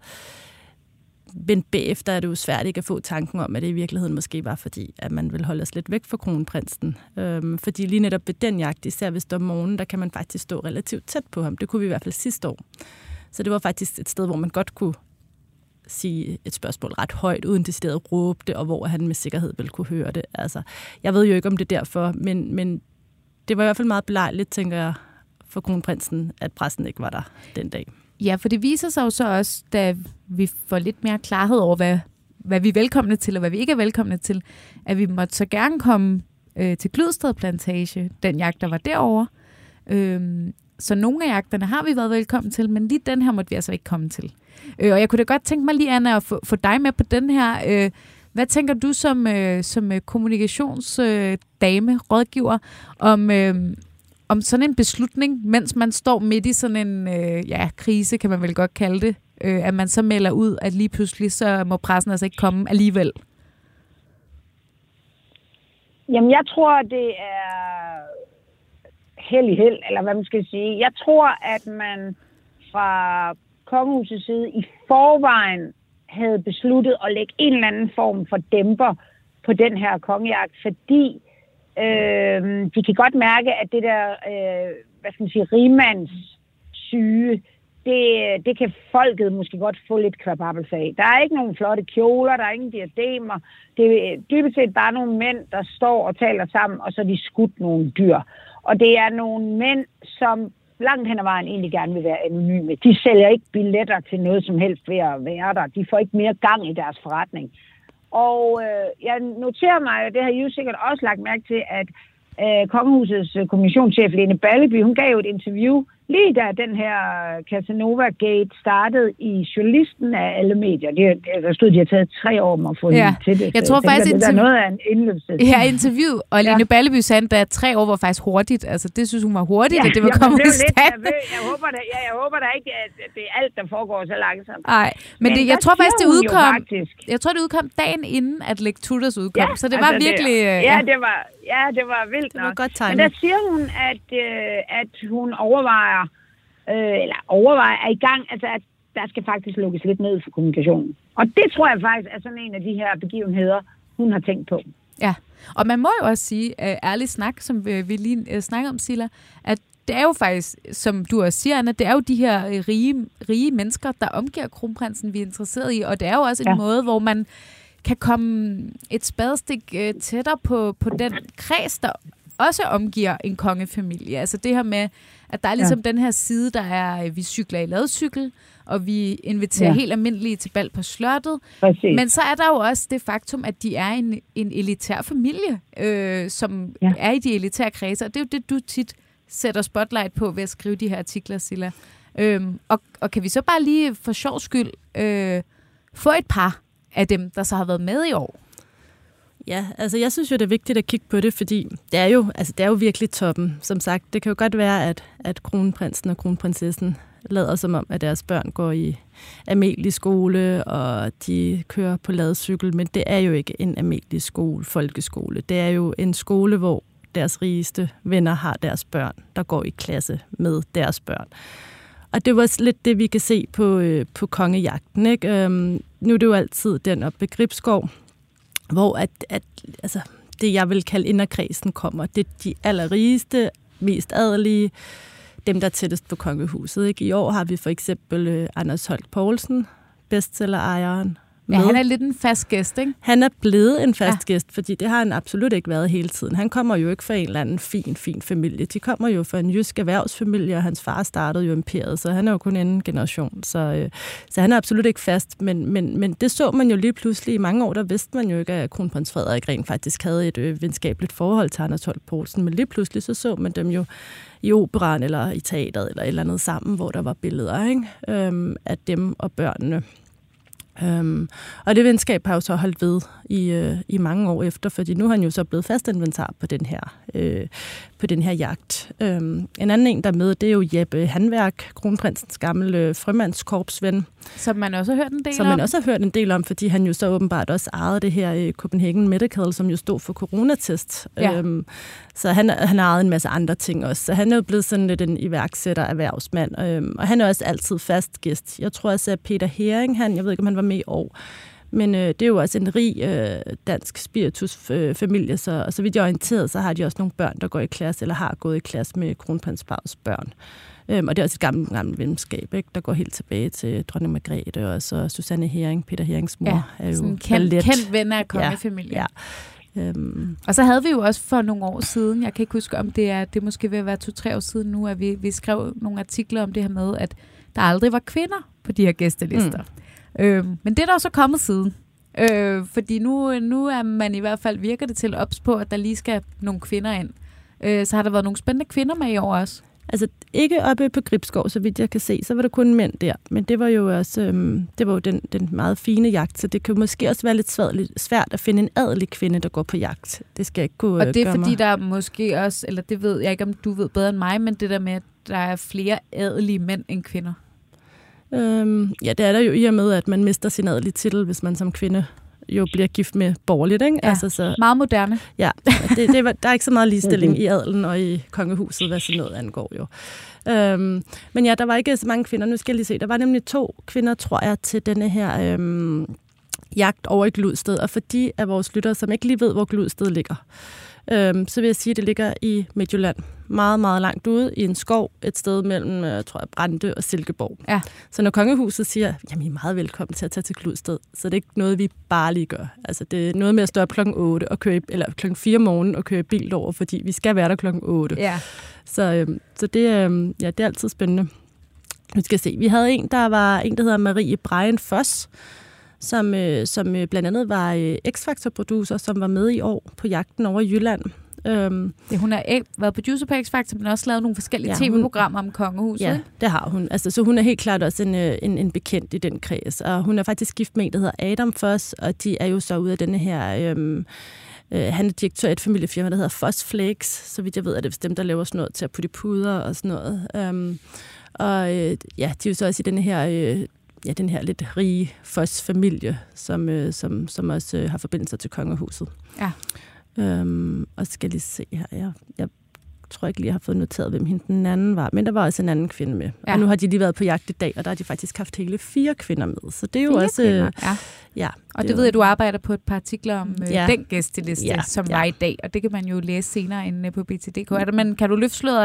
Men bagefter er det jo svært ikke at få tanken om, at det i virkeligheden måske var fordi, at man vil holde os lidt væk fra kronprinsen. Fordi lige netop ved den jagt, især hvis det om morgenen, der kan man faktisk stå relativt tæt på ham. Det kunne vi i hvert fald sidste år. Så det var faktisk et sted, hvor man godt kunne sige et spørgsmål ret højt, uden decideret at råbe det, og hvor han med sikkerhed ville kunne høre det. Altså, jeg ved jo ikke, om det er derfor, men det var i hvert fald meget belejligt, tænker jeg, for kronprinsen, at pressen ikke var der den dag. Ja, for det viser sig jo så også, da vi får lidt mere klarhed over, hvad vi er velkomne til, og hvad vi ikke er velkomne til, at vi måtte så gerne komme til Gludsted Plantage, den jagt, der var derovre. Så nogle af jagterne har vi været velkommen til, men lige den her måtte vi altså ikke komme til. Og jeg kunne da godt tænke mig lige, Anna, at få dig med på den her. Hvad tænker du som kommunikationsdame, rådgiver, om sådan en beslutning, mens man står midt i sådan en krise, kan man vel godt kalde det, at man så melder ud, at lige pludselig så må pressen altså ikke komme alligevel? Jamen, jeg tror, det er held, eller hvad man skal sige. Jeg tror, at man fra Kongehusets side i forvejen havde besluttet at lægge en eller anden form for dæmper på den her kongejagt, fordi de kan godt mærke, at det der, rigmandssyge, det kan folket måske godt få lidt kvababelse af. Der er ikke nogen flotte kjoler, der er ingen diademer. Det er dybest set bare nogle mænd, der står og taler sammen, og så er de skudt nogle dyr. Og det er nogle mænd, som langt hen ad vejen egentlig gerne vil være anonyme. De sælger ikke billetter til noget som helst ved at være der. De får ikke mere gang i deres forretning. Og jeg noterer mig, og det har I jo sikkert også lagt mærke til, at Kongehusets kommunikationschef Lene Balleby, hun gav jo et interview, lige da den her Casanova-gate startede i journalisten af alle medier. Der stod, de har taget 3 år om at få hende til det. Jeg tror faktisk, det er noget af en indløbstid. Ja, interview. Og Lene Balleby sagde, at 3 år var faktisk hurtigt. Altså, det synes hun var hurtigt, at det var kommet i stand. Jeg håber da ikke, at det er alt, der foregår så langsomt. Nej, men jeg tror faktisk, det udkom. Jeg tror, det udkom dagen inden, at Lecturas udkom. Ja, så det var virkelig... Det var vildt nok. Godt tegnet. Men der siger hun, at hun overvejer, er i gang, altså at der skal faktisk lukkes lidt ned for kommunikationen. Og det tror jeg faktisk er sådan en af de her begivenheder, hun har tænkt på. Ja, og man må jo også sige, ærlig snak, som vi lige snakker om, Silla, at det er jo faktisk, som du også siger, Anna, det er jo de her rige mennesker, der omgiver kronprinsen, vi er interesseret i, og det er jo også en måde, hvor man kan komme et spadestik tættere på den kreds, der også omgiver en kongefamilie. Altså det her med, at der er ligesom den her side, der er, vi cykler i ladcykel, og vi inviterer helt almindelige til bal på slottet. Præcis. Men så er der jo også det faktum, at de er en elitær familie, som er i de elitære kredser. Og det er jo det, du tit sætter spotlight på ved at skrive de her artikler, Silla. Og kan vi så bare lige for sjov skyld få et par af dem, der så har været med i år? Ja, altså jeg synes jo, det er vigtigt at kigge på det, fordi det er jo virkelig toppen. Som sagt, det kan jo godt være, at kronprinsen og kronprinsessen lader som om, at deres børn går i almindelig skole, og de kører på ladcykel, men det er jo ikke en almindelig folkeskole. Det er jo en skole, hvor deres rigeste venner har deres børn, der går i klasse med deres børn. Og det var lidt det, vi kan se på kongejagten, ikke? Nu er det jo altid den oppe ved Gribskov, hvor altså, det, jeg vil kalde inderkredsen, kommer. Det er de allerrigeste, mest adelige, dem, der er tættest på kongehuset. Ikke? I år har vi for eksempel Anders Holk Poulsen, bestsellerejeren. Ja, han er lidt en fast gæst, ikke? Han er blevet en fast gæst, fordi det har han absolut ikke været hele tiden. Han kommer jo ikke fra en eller anden fin familie. De kommer jo fra en jysk erhvervsfamilie, og hans far startede jo imperiet, så han er jo kun anden generation. Så han er absolut ikke fast, men det så man jo lige pludselig i mange år. Der vidste man jo ikke, at kronprins Frederik rent faktisk havde et venskabeligt forhold til Anders Holk Poulsen, men lige pludselig så man dem jo i operaen eller i teateret eller et eller andet sammen, hvor der var billeder, ikke? Af dem og børnene. Og det venskab har jo så holdt ved i mange år efter, fordi nu har han jo så blevet fast inventar på den her jagt. En anden en, der er med, det er jo Jeppe Handværk, kronprinsens gamle frømandskorpsven. Som man også har hørt en del om. Som man også har hørt en del om, fordi han jo så åbenbart også ejede det her Copenhagen Medical, som jo stod for coronatest. Ja. Så han ejede en masse andre ting også. Så han er jo blevet sådan lidt en iværksætter, erhvervsmand. Og han er også altid fast gæst. Jeg tror også, at Peter Hering, jeg ved ikke, om han var med i år, men det er jo også en rig dansk spiritusfamilie, så vidt jeg er orienteret, så har de også nogle børn, der går i klasse, eller har gået i klasse med kronprins Pavs børn. Og det er også et gammelt venskab, ikke? Der går helt tilbage til dronning Margrethe, og så Susanne Hering, Peter Herings mor, er jo kendt venner af kongefamilien. Ja. Og så havde vi jo også for nogle år siden, jeg kan ikke huske, om det måske vil være 2-3 år siden nu, at vi skrev nogle artikler om det her med, at der aldrig var kvinder på de her gæstelister. Men det er der så kommet siden. Fordi nu er man i hvert fald, virker det til ops på, at der lige skal nogle kvinder ind. Så har der været nogle spændende kvinder med i år også. Altså ikke oppe på Gribskov, så vidt jeg kan se, så var der kun mænd der. Men det var jo også den meget fine jagt, så det kan måske også være lidt svært at finde en adelig kvinde, der går på jagt. Det skal ikke kunne og det er fordi, der er måske også, eller det ved jeg ikke, om du ved bedre end mig, men det der med, at der er flere adelige mænd end kvinder. Ja, det er der jo i og med, at man mister sin adelige titel, hvis man som kvinde jo bliver gift med borgerligt, ikke? Ja, altså, så, meget moderne. Ja, der er ikke så meget ligestilling i adelen og i kongehuset, hvad sådan noget angår jo. Men ja, der var ikke så mange kvinder. Nu skal jeg lige se. Der var nemlig 2 kvinder, tror jeg, til denne her jagt over i Gludsted. Og for de af vores lyttere, som ikke lige ved, hvor Gludsted ligger, så vil jeg sige, at det ligger i Midtjylland. Meget, meget langt ude i en skov, et sted mellem, tror jeg, Brande og Silkeborg. Ja. Så når kongehuset siger, jamen I er meget velkommen til at tage til Gludsted, så det er ikke noget, vi bare lige gør. Altså det er noget med at stå op klokken 8 og køre, eller klokken 4 om morgenen og køre bil over, fordi vi skal være der klokken 8. Ja. Så det er altid spændende. Nu skal jeg se. Vi havde en, der hedder Marie Brejen Foss, som blandt andet var X-Factor-producer, som var med i år på Jagten over Jylland. Hun har været producer på X-Factor, men også lavet nogle forskellige tv-programmer om kongehuset. Ja, det har hun. Altså, så hun er helt klart også en bekendt i den kreds. Og hun er faktisk gift med en, der hedder Adam Foss, og de er jo så ude af denne her... han er direktør i et familiefirma, der hedder Foss Flakes, så vidt jeg ved, at det er dem, der laver sådan noget til at putte i puder og sådan noget. De er jo så også i den her lidt rige Foss-familie, som også har forbindelser til kongehuset. Ja. Og skal lige se her, jeg tror ikke lige, jeg har fået noteret, hvem hende den anden var, men der var også en anden kvinde med. Ja. Og nu har de lige været på jagt i dag, og der har de faktisk haft hele 4 kvinder med. Så det er jo også... Ja. Og det ved jeg, du arbejder på et par artikler om den gæsteliste, som var i dag, og det kan man jo læse senere inde på BT.dk. Kan du løfte sløret?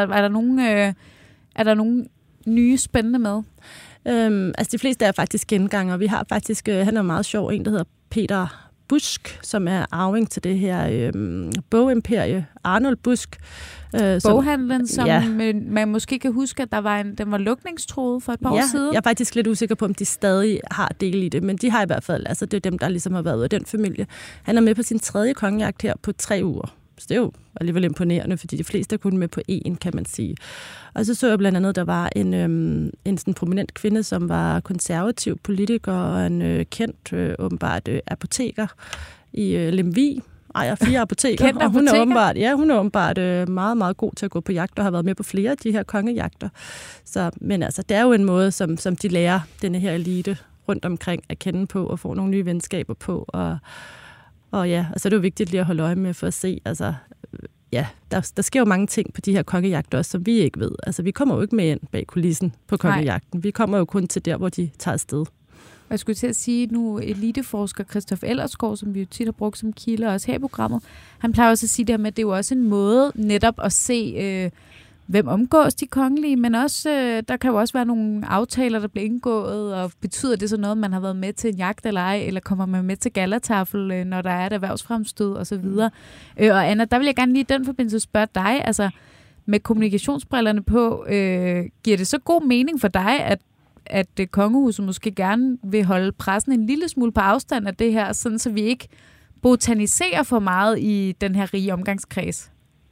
Er der nogen nye spændende med? Altså de fleste er faktisk genganger. Vi har faktisk, han er meget sjov, en der hedder Peter Busk, som er arving til det her bogimperie. Arnold Busk. Boghandlen, som man måske kan huske, at den var lukningstruet for et par år siden. Jeg er faktisk lidt usikker på, om de stadig har del i det, men de har i hvert fald, altså det er dem, der ligesom har været ud af den familie. Han er med på sin 3. kongejagt her på 3 uger. Så det er jo alligevel imponerende, fordi de fleste er kun med på 1, kan man sige. Og så jeg blandt andet, der var en sådan prominent kvinde, som var konservativ politiker og en kendt, åbenbart, apoteker i Lemvig. Ejer 4 apoteker. Kendt og hun er åbenbart meget, meget god til at gå på jagt og har været med på flere af de her kongejagter. Så, men altså, det er jo en måde, som de lærer denne her elite rundt omkring at kende på og få nogle nye venskaber på. Og så er det jo vigtigt lige at holde øje med for at se, altså, der sker jo mange ting på de her kongejagter også, som vi ikke ved. Altså, vi kommer jo ikke med ind bag kulissen på kongejagten. Vi kommer jo kun til der, hvor de tager afsted. Jeg skulle til at sige, nu eliteforsker Christoph Ellersgaard, som vi jo tit har brugt som kilde også her i programmet, han plejer også at sige det med, at det er jo også en måde netop at se, hvem omgås de kongelige, men også, der kan jo også være nogle aftaler, der bliver indgået, og betyder det så noget, man har været med til en jagt eller ej, eller kommer man med til gallatafel, når der er et erhvervsfremstød osv. Og Anna, der vil jeg gerne lige i den forbindelse spørge dig, altså med kommunikationsbrillerne på, giver det så god mening for dig, at kongehuset måske gerne vil holde pressen en lille smule på afstand af det her, sådan så vi ikke botaniserer for meget i den her rige omgangskreds?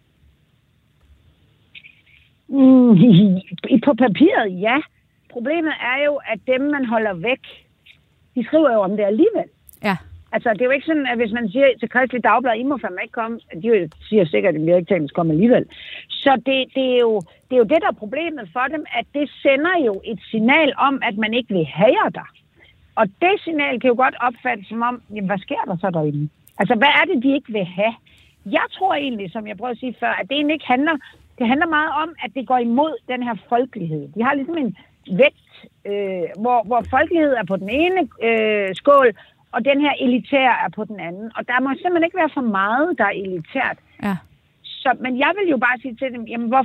På papiret, ja. Problemet er jo, at dem, man holder væk, de skriver jo om det alligevel. Ja. Altså, det er jo ikke sådan, at hvis man siger til Kristeligt Dagblad, I må fandme ikke komme, de siger sikkert, at de ikke tænkt, komme alligevel. Så det er jo det, der er problemet for dem, at det sender jo et signal om, at man ikke vil have jer der. Og det signal kan jo godt opfattes som om, jamen, hvad sker der så derinde? Altså, hvad er det, de ikke vil have? Jeg tror egentlig, som jeg prøvede at sige før, at det egentlig ikke handler... Det handler meget om, at det går imod den her folkelighed. De har ligesom en vægt, hvor folkelighed er på den ene skål, og den her elitær er på den anden. Og der må simpelthen ikke være for meget, der er elitært. Ja. Men jeg vil jo bare sige til dem, jamen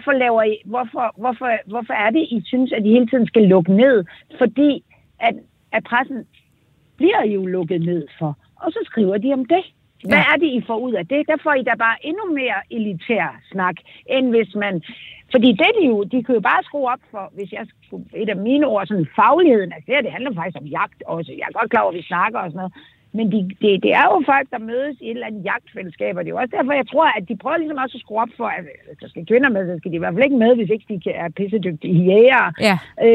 hvorfor er det, I synes, at de hele tiden skal lukke ned? Fordi at pressen bliver jo lukket ned for. Og så skriver de om det. Hvad er det, I får ud af det? Der får I da bare endnu mere elitær snak, end hvis man... Fordi de kan jo bare skrue op for, hvis jeg skulle et af mine ord, sådan fagligheden, altså det handler faktisk om jagt også. Jeg er godt klar over, at vi snakker og sådan noget. Men det er jo folk, der mødes i et eller andet jagtfællesskab, og det er jo også derfor, jeg tror, at de prøver ligesom også at skrue op for, at der skal kvinder med, så skal de i hvert fald ikke med, hvis ikke de er pissedygtige jægere. Ja.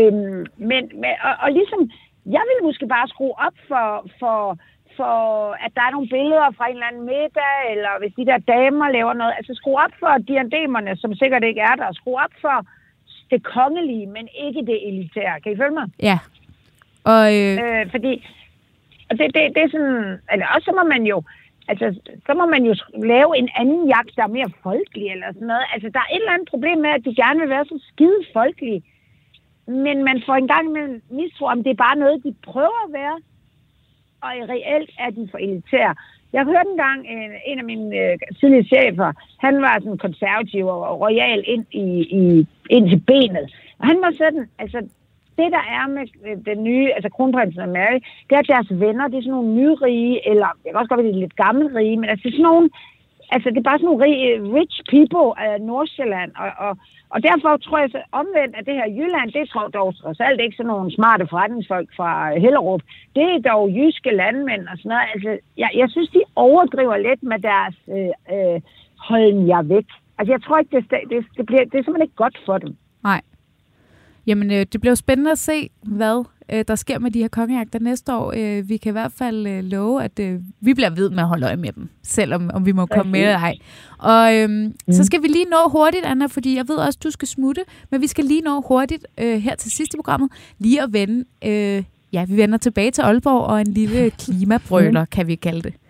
Og ligesom, jeg vil måske bare skrue op for at der er nogle billeder fra en eller anden middag, eller hvis de der damer laver noget. Altså skrue op for diademerne, som sikkert ikke er der. Skrue op for det kongelige, men ikke det elitære. Kan I følge mig? Ja. Fordi det er sådan... Eller også så må man jo lave en anden jagt, der er mere folkelig eller sådan noget. Altså der er et eller andet problem med, at de gerne vil være så skide folkelige. Men man får engang med mistro, om det er bare noget, de prøver at være. Og reelt er de for elitære. Jeg hørte engang en af mine tidligere chefer, han var sådan konservativ og royal ind til benet. Og han var sådan, altså det der er med den nye, altså kronprinsen og Mary, det er deres venner, det er sådan nogle nyrige, eller jeg kan også godt være, det er lidt gammelrige, men altså sådan nogle, Altså, det er bare sådan nogle rich people af Nordsjælland, og derfor tror jeg så omvendt, at det her Jylland, det tror dog trods alt ikke sådan nogle smarte forretningsfolk fra Hellerup. Det er dog jyske landmænd og sådan noget. Altså, jeg synes, de overdriver lidt med deres holden jeg væk. Altså, jeg tror ikke, det er simpelthen ikke godt for dem. Nej. Jamen, det bliver spændende at se, hvad der sker med de her kongejagter næste år. Vi kan i hvert fald love, at vi bliver ved med at holde øje med dem, selvom om vi må komme med eller ej. Og så skal vi lige nå hurtigt, Anna, fordi jeg ved også, du skal smutte, men vi skal lige nå hurtigt her til sidste programmet, lige at vende, vi vender tilbage til Aalborg og en lille klimabrøler, kan vi kalde det.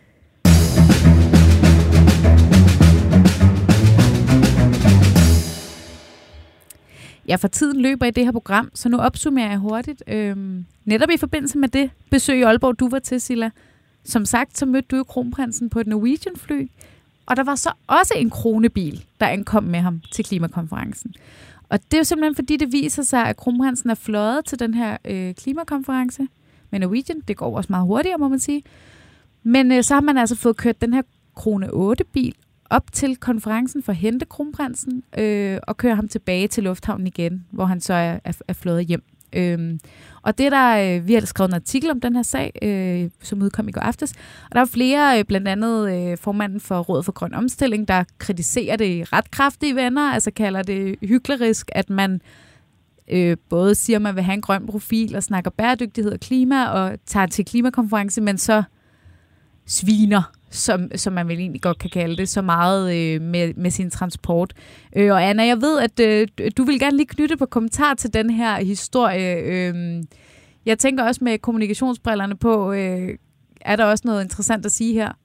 Ja, for tiden løber i det her program, så nu opsummerer jeg hurtigt. Netop i forbindelse med det besøg i Aalborg, du var til, Silla. Som sagt, så mødte du jo kronprinsen på et Norwegian-fly, og der var så også en kronebil, der ankom med ham til klimakonferencen. Og det er jo simpelthen, fordi det viser sig, at kronprinsen er fløjet til den her klimakonference med Norwegian. Det går også meget hurtigere, må man sige. Men så har man altså fået kørt den her Krone 8-bil op til konferencen for at hente kronprinsen og køre ham tilbage til lufthavnen igen, hvor han så er fløjet hjem. Og det der, vi har skrevet en artikel om den her sag, som udkom i går aftes, og der er flere, blandt andet formanden for Rådet for Grøn Omstilling, der kritiserer det ret kraftige venner, altså kalder det hyklerisk, at man både siger, at man vil have en grøn profil og snakker bæredygtighed og klima og tager til klimakonference, men så sviner, som man vel egentlig godt kan kalde det, så meget med sin transport. Og Anna, jeg ved, at du vil gerne lige knytte på kommentar til den her historie. Jeg tænker også med kommunikationsbrillerne på, er der også noget interessant at sige her?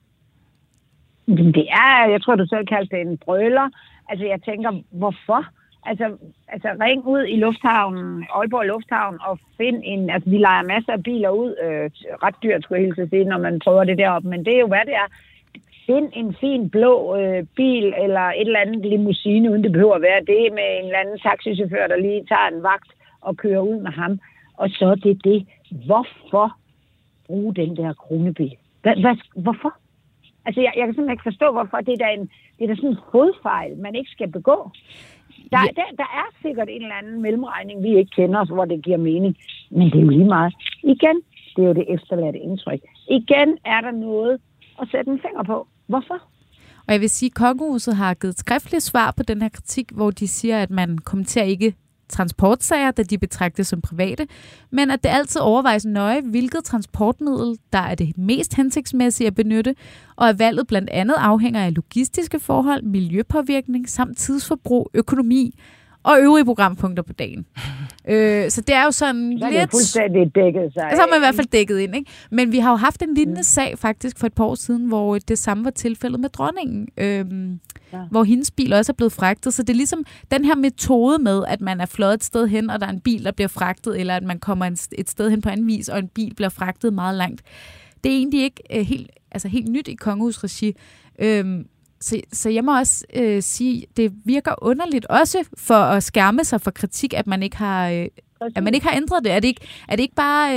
Det er, jeg tror, du selv kaldte det en brøler. Altså, jeg tænker, hvorfor? Altså ring ud i lufthavnen, Aalborg Lufthavn, og find en, altså vi lejer masser af biler ud, ret dyrt skulle jeg hilse sige, når man prøver det deroppe, men det er jo hvad det er. Find en fin blå bil, eller et eller andet limousine, uden det behøver at være det, med en eller anden taxichauffør, der lige tager en vagt og kører ud med ham. Og så er det. Hvorfor bruge den der kronebil? Hvorfor? Altså jeg kan simpelthen ikke forstå, hvorfor. Det er da sådan en fodfejl, man ikke skal begå. Der er sikkert en eller anden mellemregning, vi ikke kender, hvor det giver mening. Men det er jo lige meget. Igen, det er jo det efterladte indtryk. Igen er der noget at sætte en finger på. Hvorfor? Og jeg vil sige, at Kongehuset har givet skriftligt svar på den her kritik, hvor de siger, at man kommenterer ikke transportsager, da de betragtes som private, men at det altid overvejes nøje, hvilket transportmiddel, der er det mest hensigtsmæssige at benytte, og at valget blandt andet afhænger af logistiske forhold, miljøpåvirkning samt tidsforbrug, økonomi og øvrige programpunkter på dagen. Så det er jo sådan lidt... Det er fuldstændig dækket sig. Så har man i hvert fald dækket ind, ikke? Men vi har jo haft en lignende sag faktisk for et par år siden, hvor det samme var tilfældet med dronningen, hvor hendes bil også er blevet fragtet. Så det er ligesom den her metode med, at man er fløjet et sted hen, og der er en bil, der bliver fragtet, eller at man kommer et sted hen på anden vis, og en bil bliver fragtet meget langt. Det er egentlig ikke helt nyt i kongehusregi. Så jeg må også sige, det virker underligt også for at skærme sig for kritik, at man ikke har ændret det. Er det ikke bare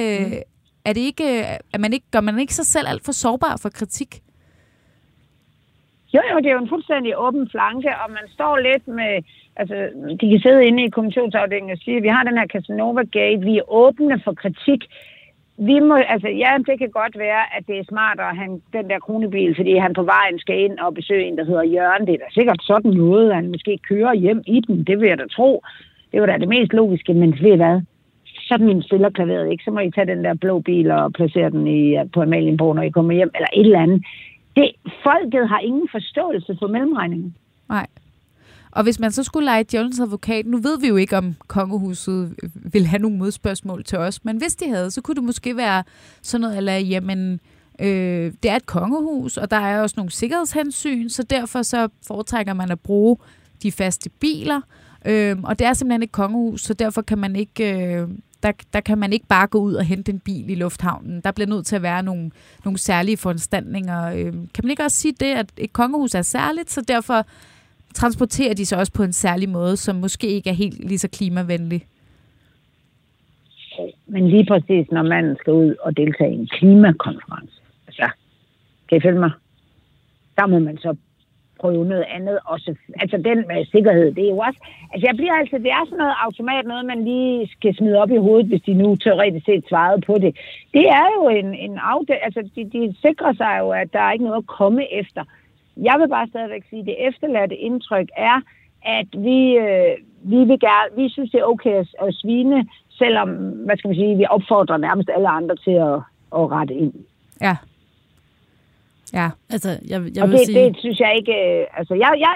gør man ikke sig selv alt for sårbar for kritik? Jo, det er jo en fuldstændig åben flanke, og man står lidt med, altså de kan sidde inde i kommissionsafdelingen og sige, at vi har den her Casanova Gate, vi er åbne for kritik. Vi må, det kan godt være, at det er smartere at have den der kronebil, fordi han på vejen skal ind og besøge en, der hedder Jørgen. Det er da sikkert sådan noget, han måske kører hjem i den. Det vil jeg da tro. Det var da det mest logiske, men ved I hvad? Sådan spiller klaveret ikke. Så må I tage den der blå bil og placere den på Amalienborg, når I kommer hjem, eller et eller andet. Folket har ingen forståelse for mellemregningen. Nej. Og hvis man så skulle lege djævelens advokat, nu ved vi jo ikke, om kongehuset vil have nogle modspørgsmål til os, men hvis de havde, så kunne det måske være sådan noget, eller jamen, det er et kongehus, og der er også nogle sikkerhedshensyn, så derfor så foretrækker man at bruge de faste biler, og det er simpelthen et kongehus, så derfor kan man ikke... Der kan man ikke bare gå ud og hente en bil i lufthavnen. Der bliver nødt til at være nogle særlige foranstaltninger. Kan man ikke også sige det, at et kongehus er særligt, så derfor transporterer de sig også på en særlig måde, som måske ikke er helt lige så klimavenlig? Men lige præcis, når man skal ud og deltage i en klimakonference, altså, kan I følge mig? Der må man så prøve noget andet også. Altså den med sikkerhed, det er jo også... Altså det er sådan noget automat, noget man lige skal smide op i hovedet, hvis de nu teoretisk set svarede på det. Det er jo altså de sikrer sig jo, at der er ikke noget at komme efter. Jeg vil bare stadigvæk sige, at det efterladte indtryk er, at vi synes, det er okay at svine, selvom, hvad skal man sige, vi opfordrer nærmest alle andre til at rette ind. Ja. Ja. Altså, jeg vil sige... det synes jeg ikke... Altså,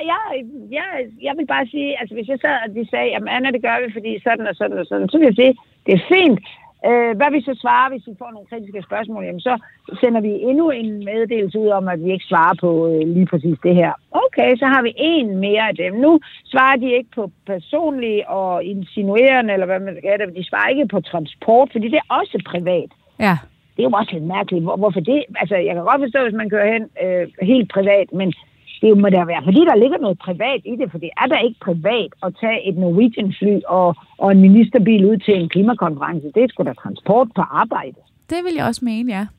jeg vil bare sige, altså hvis jeg sad og de sagde, jamen Anna, det gør vi, fordi sådan og sådan og sådan, så vil jeg sige, det er fint. Hvad vi så svarer, hvis vi får nogle kritiske spørgsmål, jamen så sender vi endnu en meddelelse ud om, at vi ikke svarer på lige præcis det her. Okay, så har vi en mere af dem. Nu svarer de ikke på personlige og insinuerende, eller hvad man skal det. De svarer ikke på transport, fordi det er også privat. Ja. Det er jo også lidt mærkeligt. Hvorfor det? Altså, jeg kan godt forstå, hvis man kører hen helt privat, men det må der være, fordi der ligger noget privat i det, for det er der ikke privat at tage et Norwegian-fly og en ministerbil ud til en klimakonference. Det er sgu da transport på arbejde. Det vil jeg også mene, ja.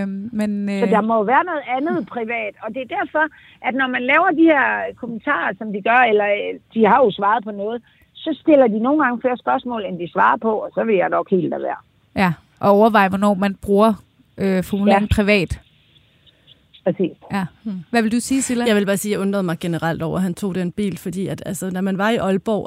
Så der må jo være noget andet privat, og det er derfor, at når man laver de her kommentarer, som de gør, eller de har jo svaret på noget, så stiller de nogle gange flere spørgsmål, end de svarer på, og så vil jeg nok helt lade være. Ja, og overveje, hvornår man bruger formuleringen privat. Præcis. Ja. Hvad vil du sige, Silla? Jeg vil bare sige, at jeg undrede mig generelt over, at han tog den bil, fordi at, altså, når man var i Aalborg,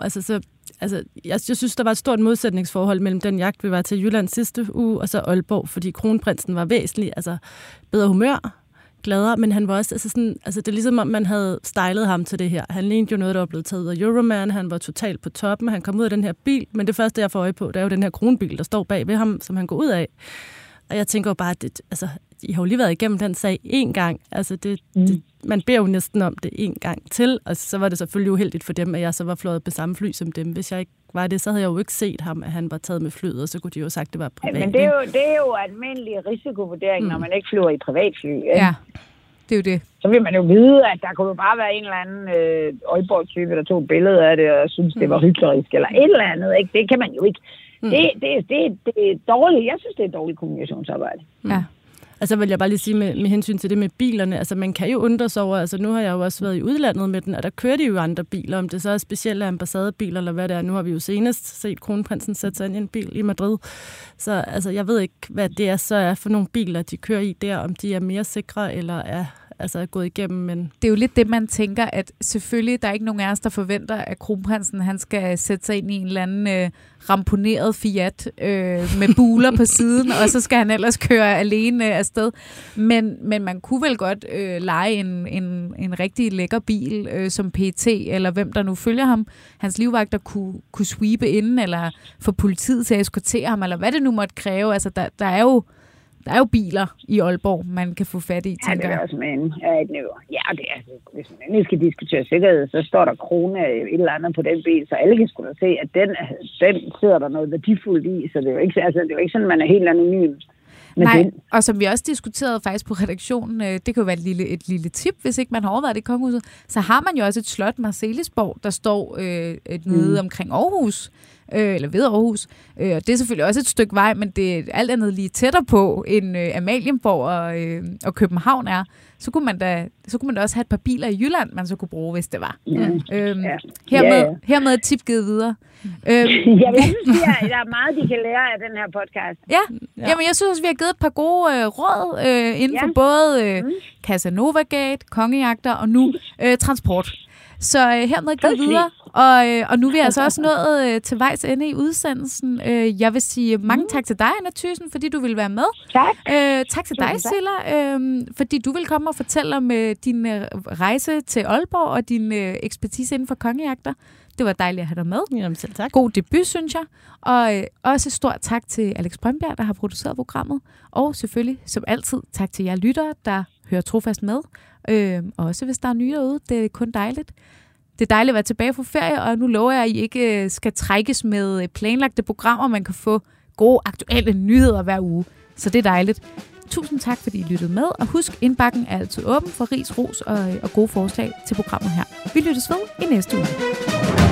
jeg synes, der var et stort modsætningsforhold mellem den jagt, vi var til Jylland sidste uge, og så Aalborg, fordi kronprinsen var væsentligt bedre humør, gladere, men han var også det er ligesom, om man havde stylet ham til det her. Han lignede jo noget, der var blevet taget ud af Euroman, han var totalt på toppen, han kom ud af den her bil, men det første, jeg får øje på, det er jo den her kronbil, der står bag ved ham, som han går ud af. Og jeg tænker jo bare, at I har jo lige været igennem den sag én gang. Altså, man beder jo næsten om det én gang til, og så var det selvfølgelig uheldigt for dem, at jeg så var fløjet på samme fly som dem. Hvis jeg ikke var det, så havde jeg jo ikke set ham, at han var taget med flyet, og så kunne de jo sagt, at det var privat. Men det er jo almindelig risikovurdering, når man ikke flyver i privatfly. Ja, det er jo det. Så vil man jo vide, at der kunne jo bare være en eller anden Aalborg-type, der tog et billede af det, og synes det var hyklerisk, eller et eller andet. Ikke? Det kan man jo ikke. Det er dårligt. Jeg synes, det er dårligt kommunikationsarbejde. Ja. Altså vil jeg bare lige sige med hensyn til det med bilerne, altså man kan jo undre sig over, altså nu har jeg jo også været i udlandet med den, og der kører de jo andre biler, om det så er specielle ambassadebiler eller hvad det er. Nu har vi jo senest set kronprinsen sætte sig ind i en bil i Madrid. Så altså jeg ved ikke, hvad det er så er for nogle biler, de kører i der, om de er mere sikre eller er gået igennem, men... Det er jo lidt det, man tænker, at selvfølgelig der er ikke nogen af os, der forventer, at kronprinsen han skal sætte sig ind i en eller anden ramponeret Fiat med buler på siden, og så skal han ellers køre alene afsted. Men man kunne vel godt leje en rigtig lækker bil, som PT, eller hvem der nu følger ham. Hans livvagter kunne sweepe inden, eller få politiet til at eskortere ham, eller hvad det nu måtte kræve. Altså, der er jo biler i Aalborg, man kan få fat i, tænker jeg. Ja, det er også med et niveau. Ja, det er, hvis man endelig skal diskutere sikkerhed, så står der krone et eller andet på den bil, så alle kan sgu da se, at den sidder der noget værdifuldt i, så det er jo ikke sådan, man er helt anonym. Nej, og som vi også diskuterede faktisk på redaktionen, det kan jo være et lille tip, hvis ikke man har overvejet det i kongehuset, så har man jo også et slot, Marselisborg, der står nede omkring Aarhus, eller ved Aarhus. Og det er selvfølgelig også et stykke vej, men det er alt andet lige tættere på, end Amalienborg og København er. Så kunne man da også have et par biler i Jylland, man så kunne bruge, hvis det var. Hermed et tip givet videre. Jeg synes, der er meget, de kan lære af den her podcast. Ja. Jamen jeg synes, vi har givet et par gode råd inden for både Casanova Gate, kongejagter og nu transport. Så hermed givet videre. Og nu er vi altså også nået til vejs ende i udsendelsen. Jeg vil sige mange tak til dig, Anna Thyssen, fordi du ville være med. Tak. Tak til dig, Silla, fordi du vil komme og fortælle om din rejse til Aalborg og din ekspertise inden for kongejagter. Det var dejligt at have dig med. Jamen selv tak. God debut, synes jeg. Og også stort tak til Alex Brøndberg, der har produceret programmet. Og selvfølgelig, som altid, tak til jer lyttere, der hører trofast med. Også hvis der er nye derude, det er kun dejligt. Det er dejligt at være tilbage fra ferie, og nu lover jeg, at I ikke skal trækkes med planlagte programmer. Man kan få gode, aktuelle nyheder hver uge. Så det er dejligt. Tusind tak, fordi I lyttede med, og husk, indbakken er altid åben for ris, ros og gode forslag til programmet her. Vi lyttes ved i næste uge.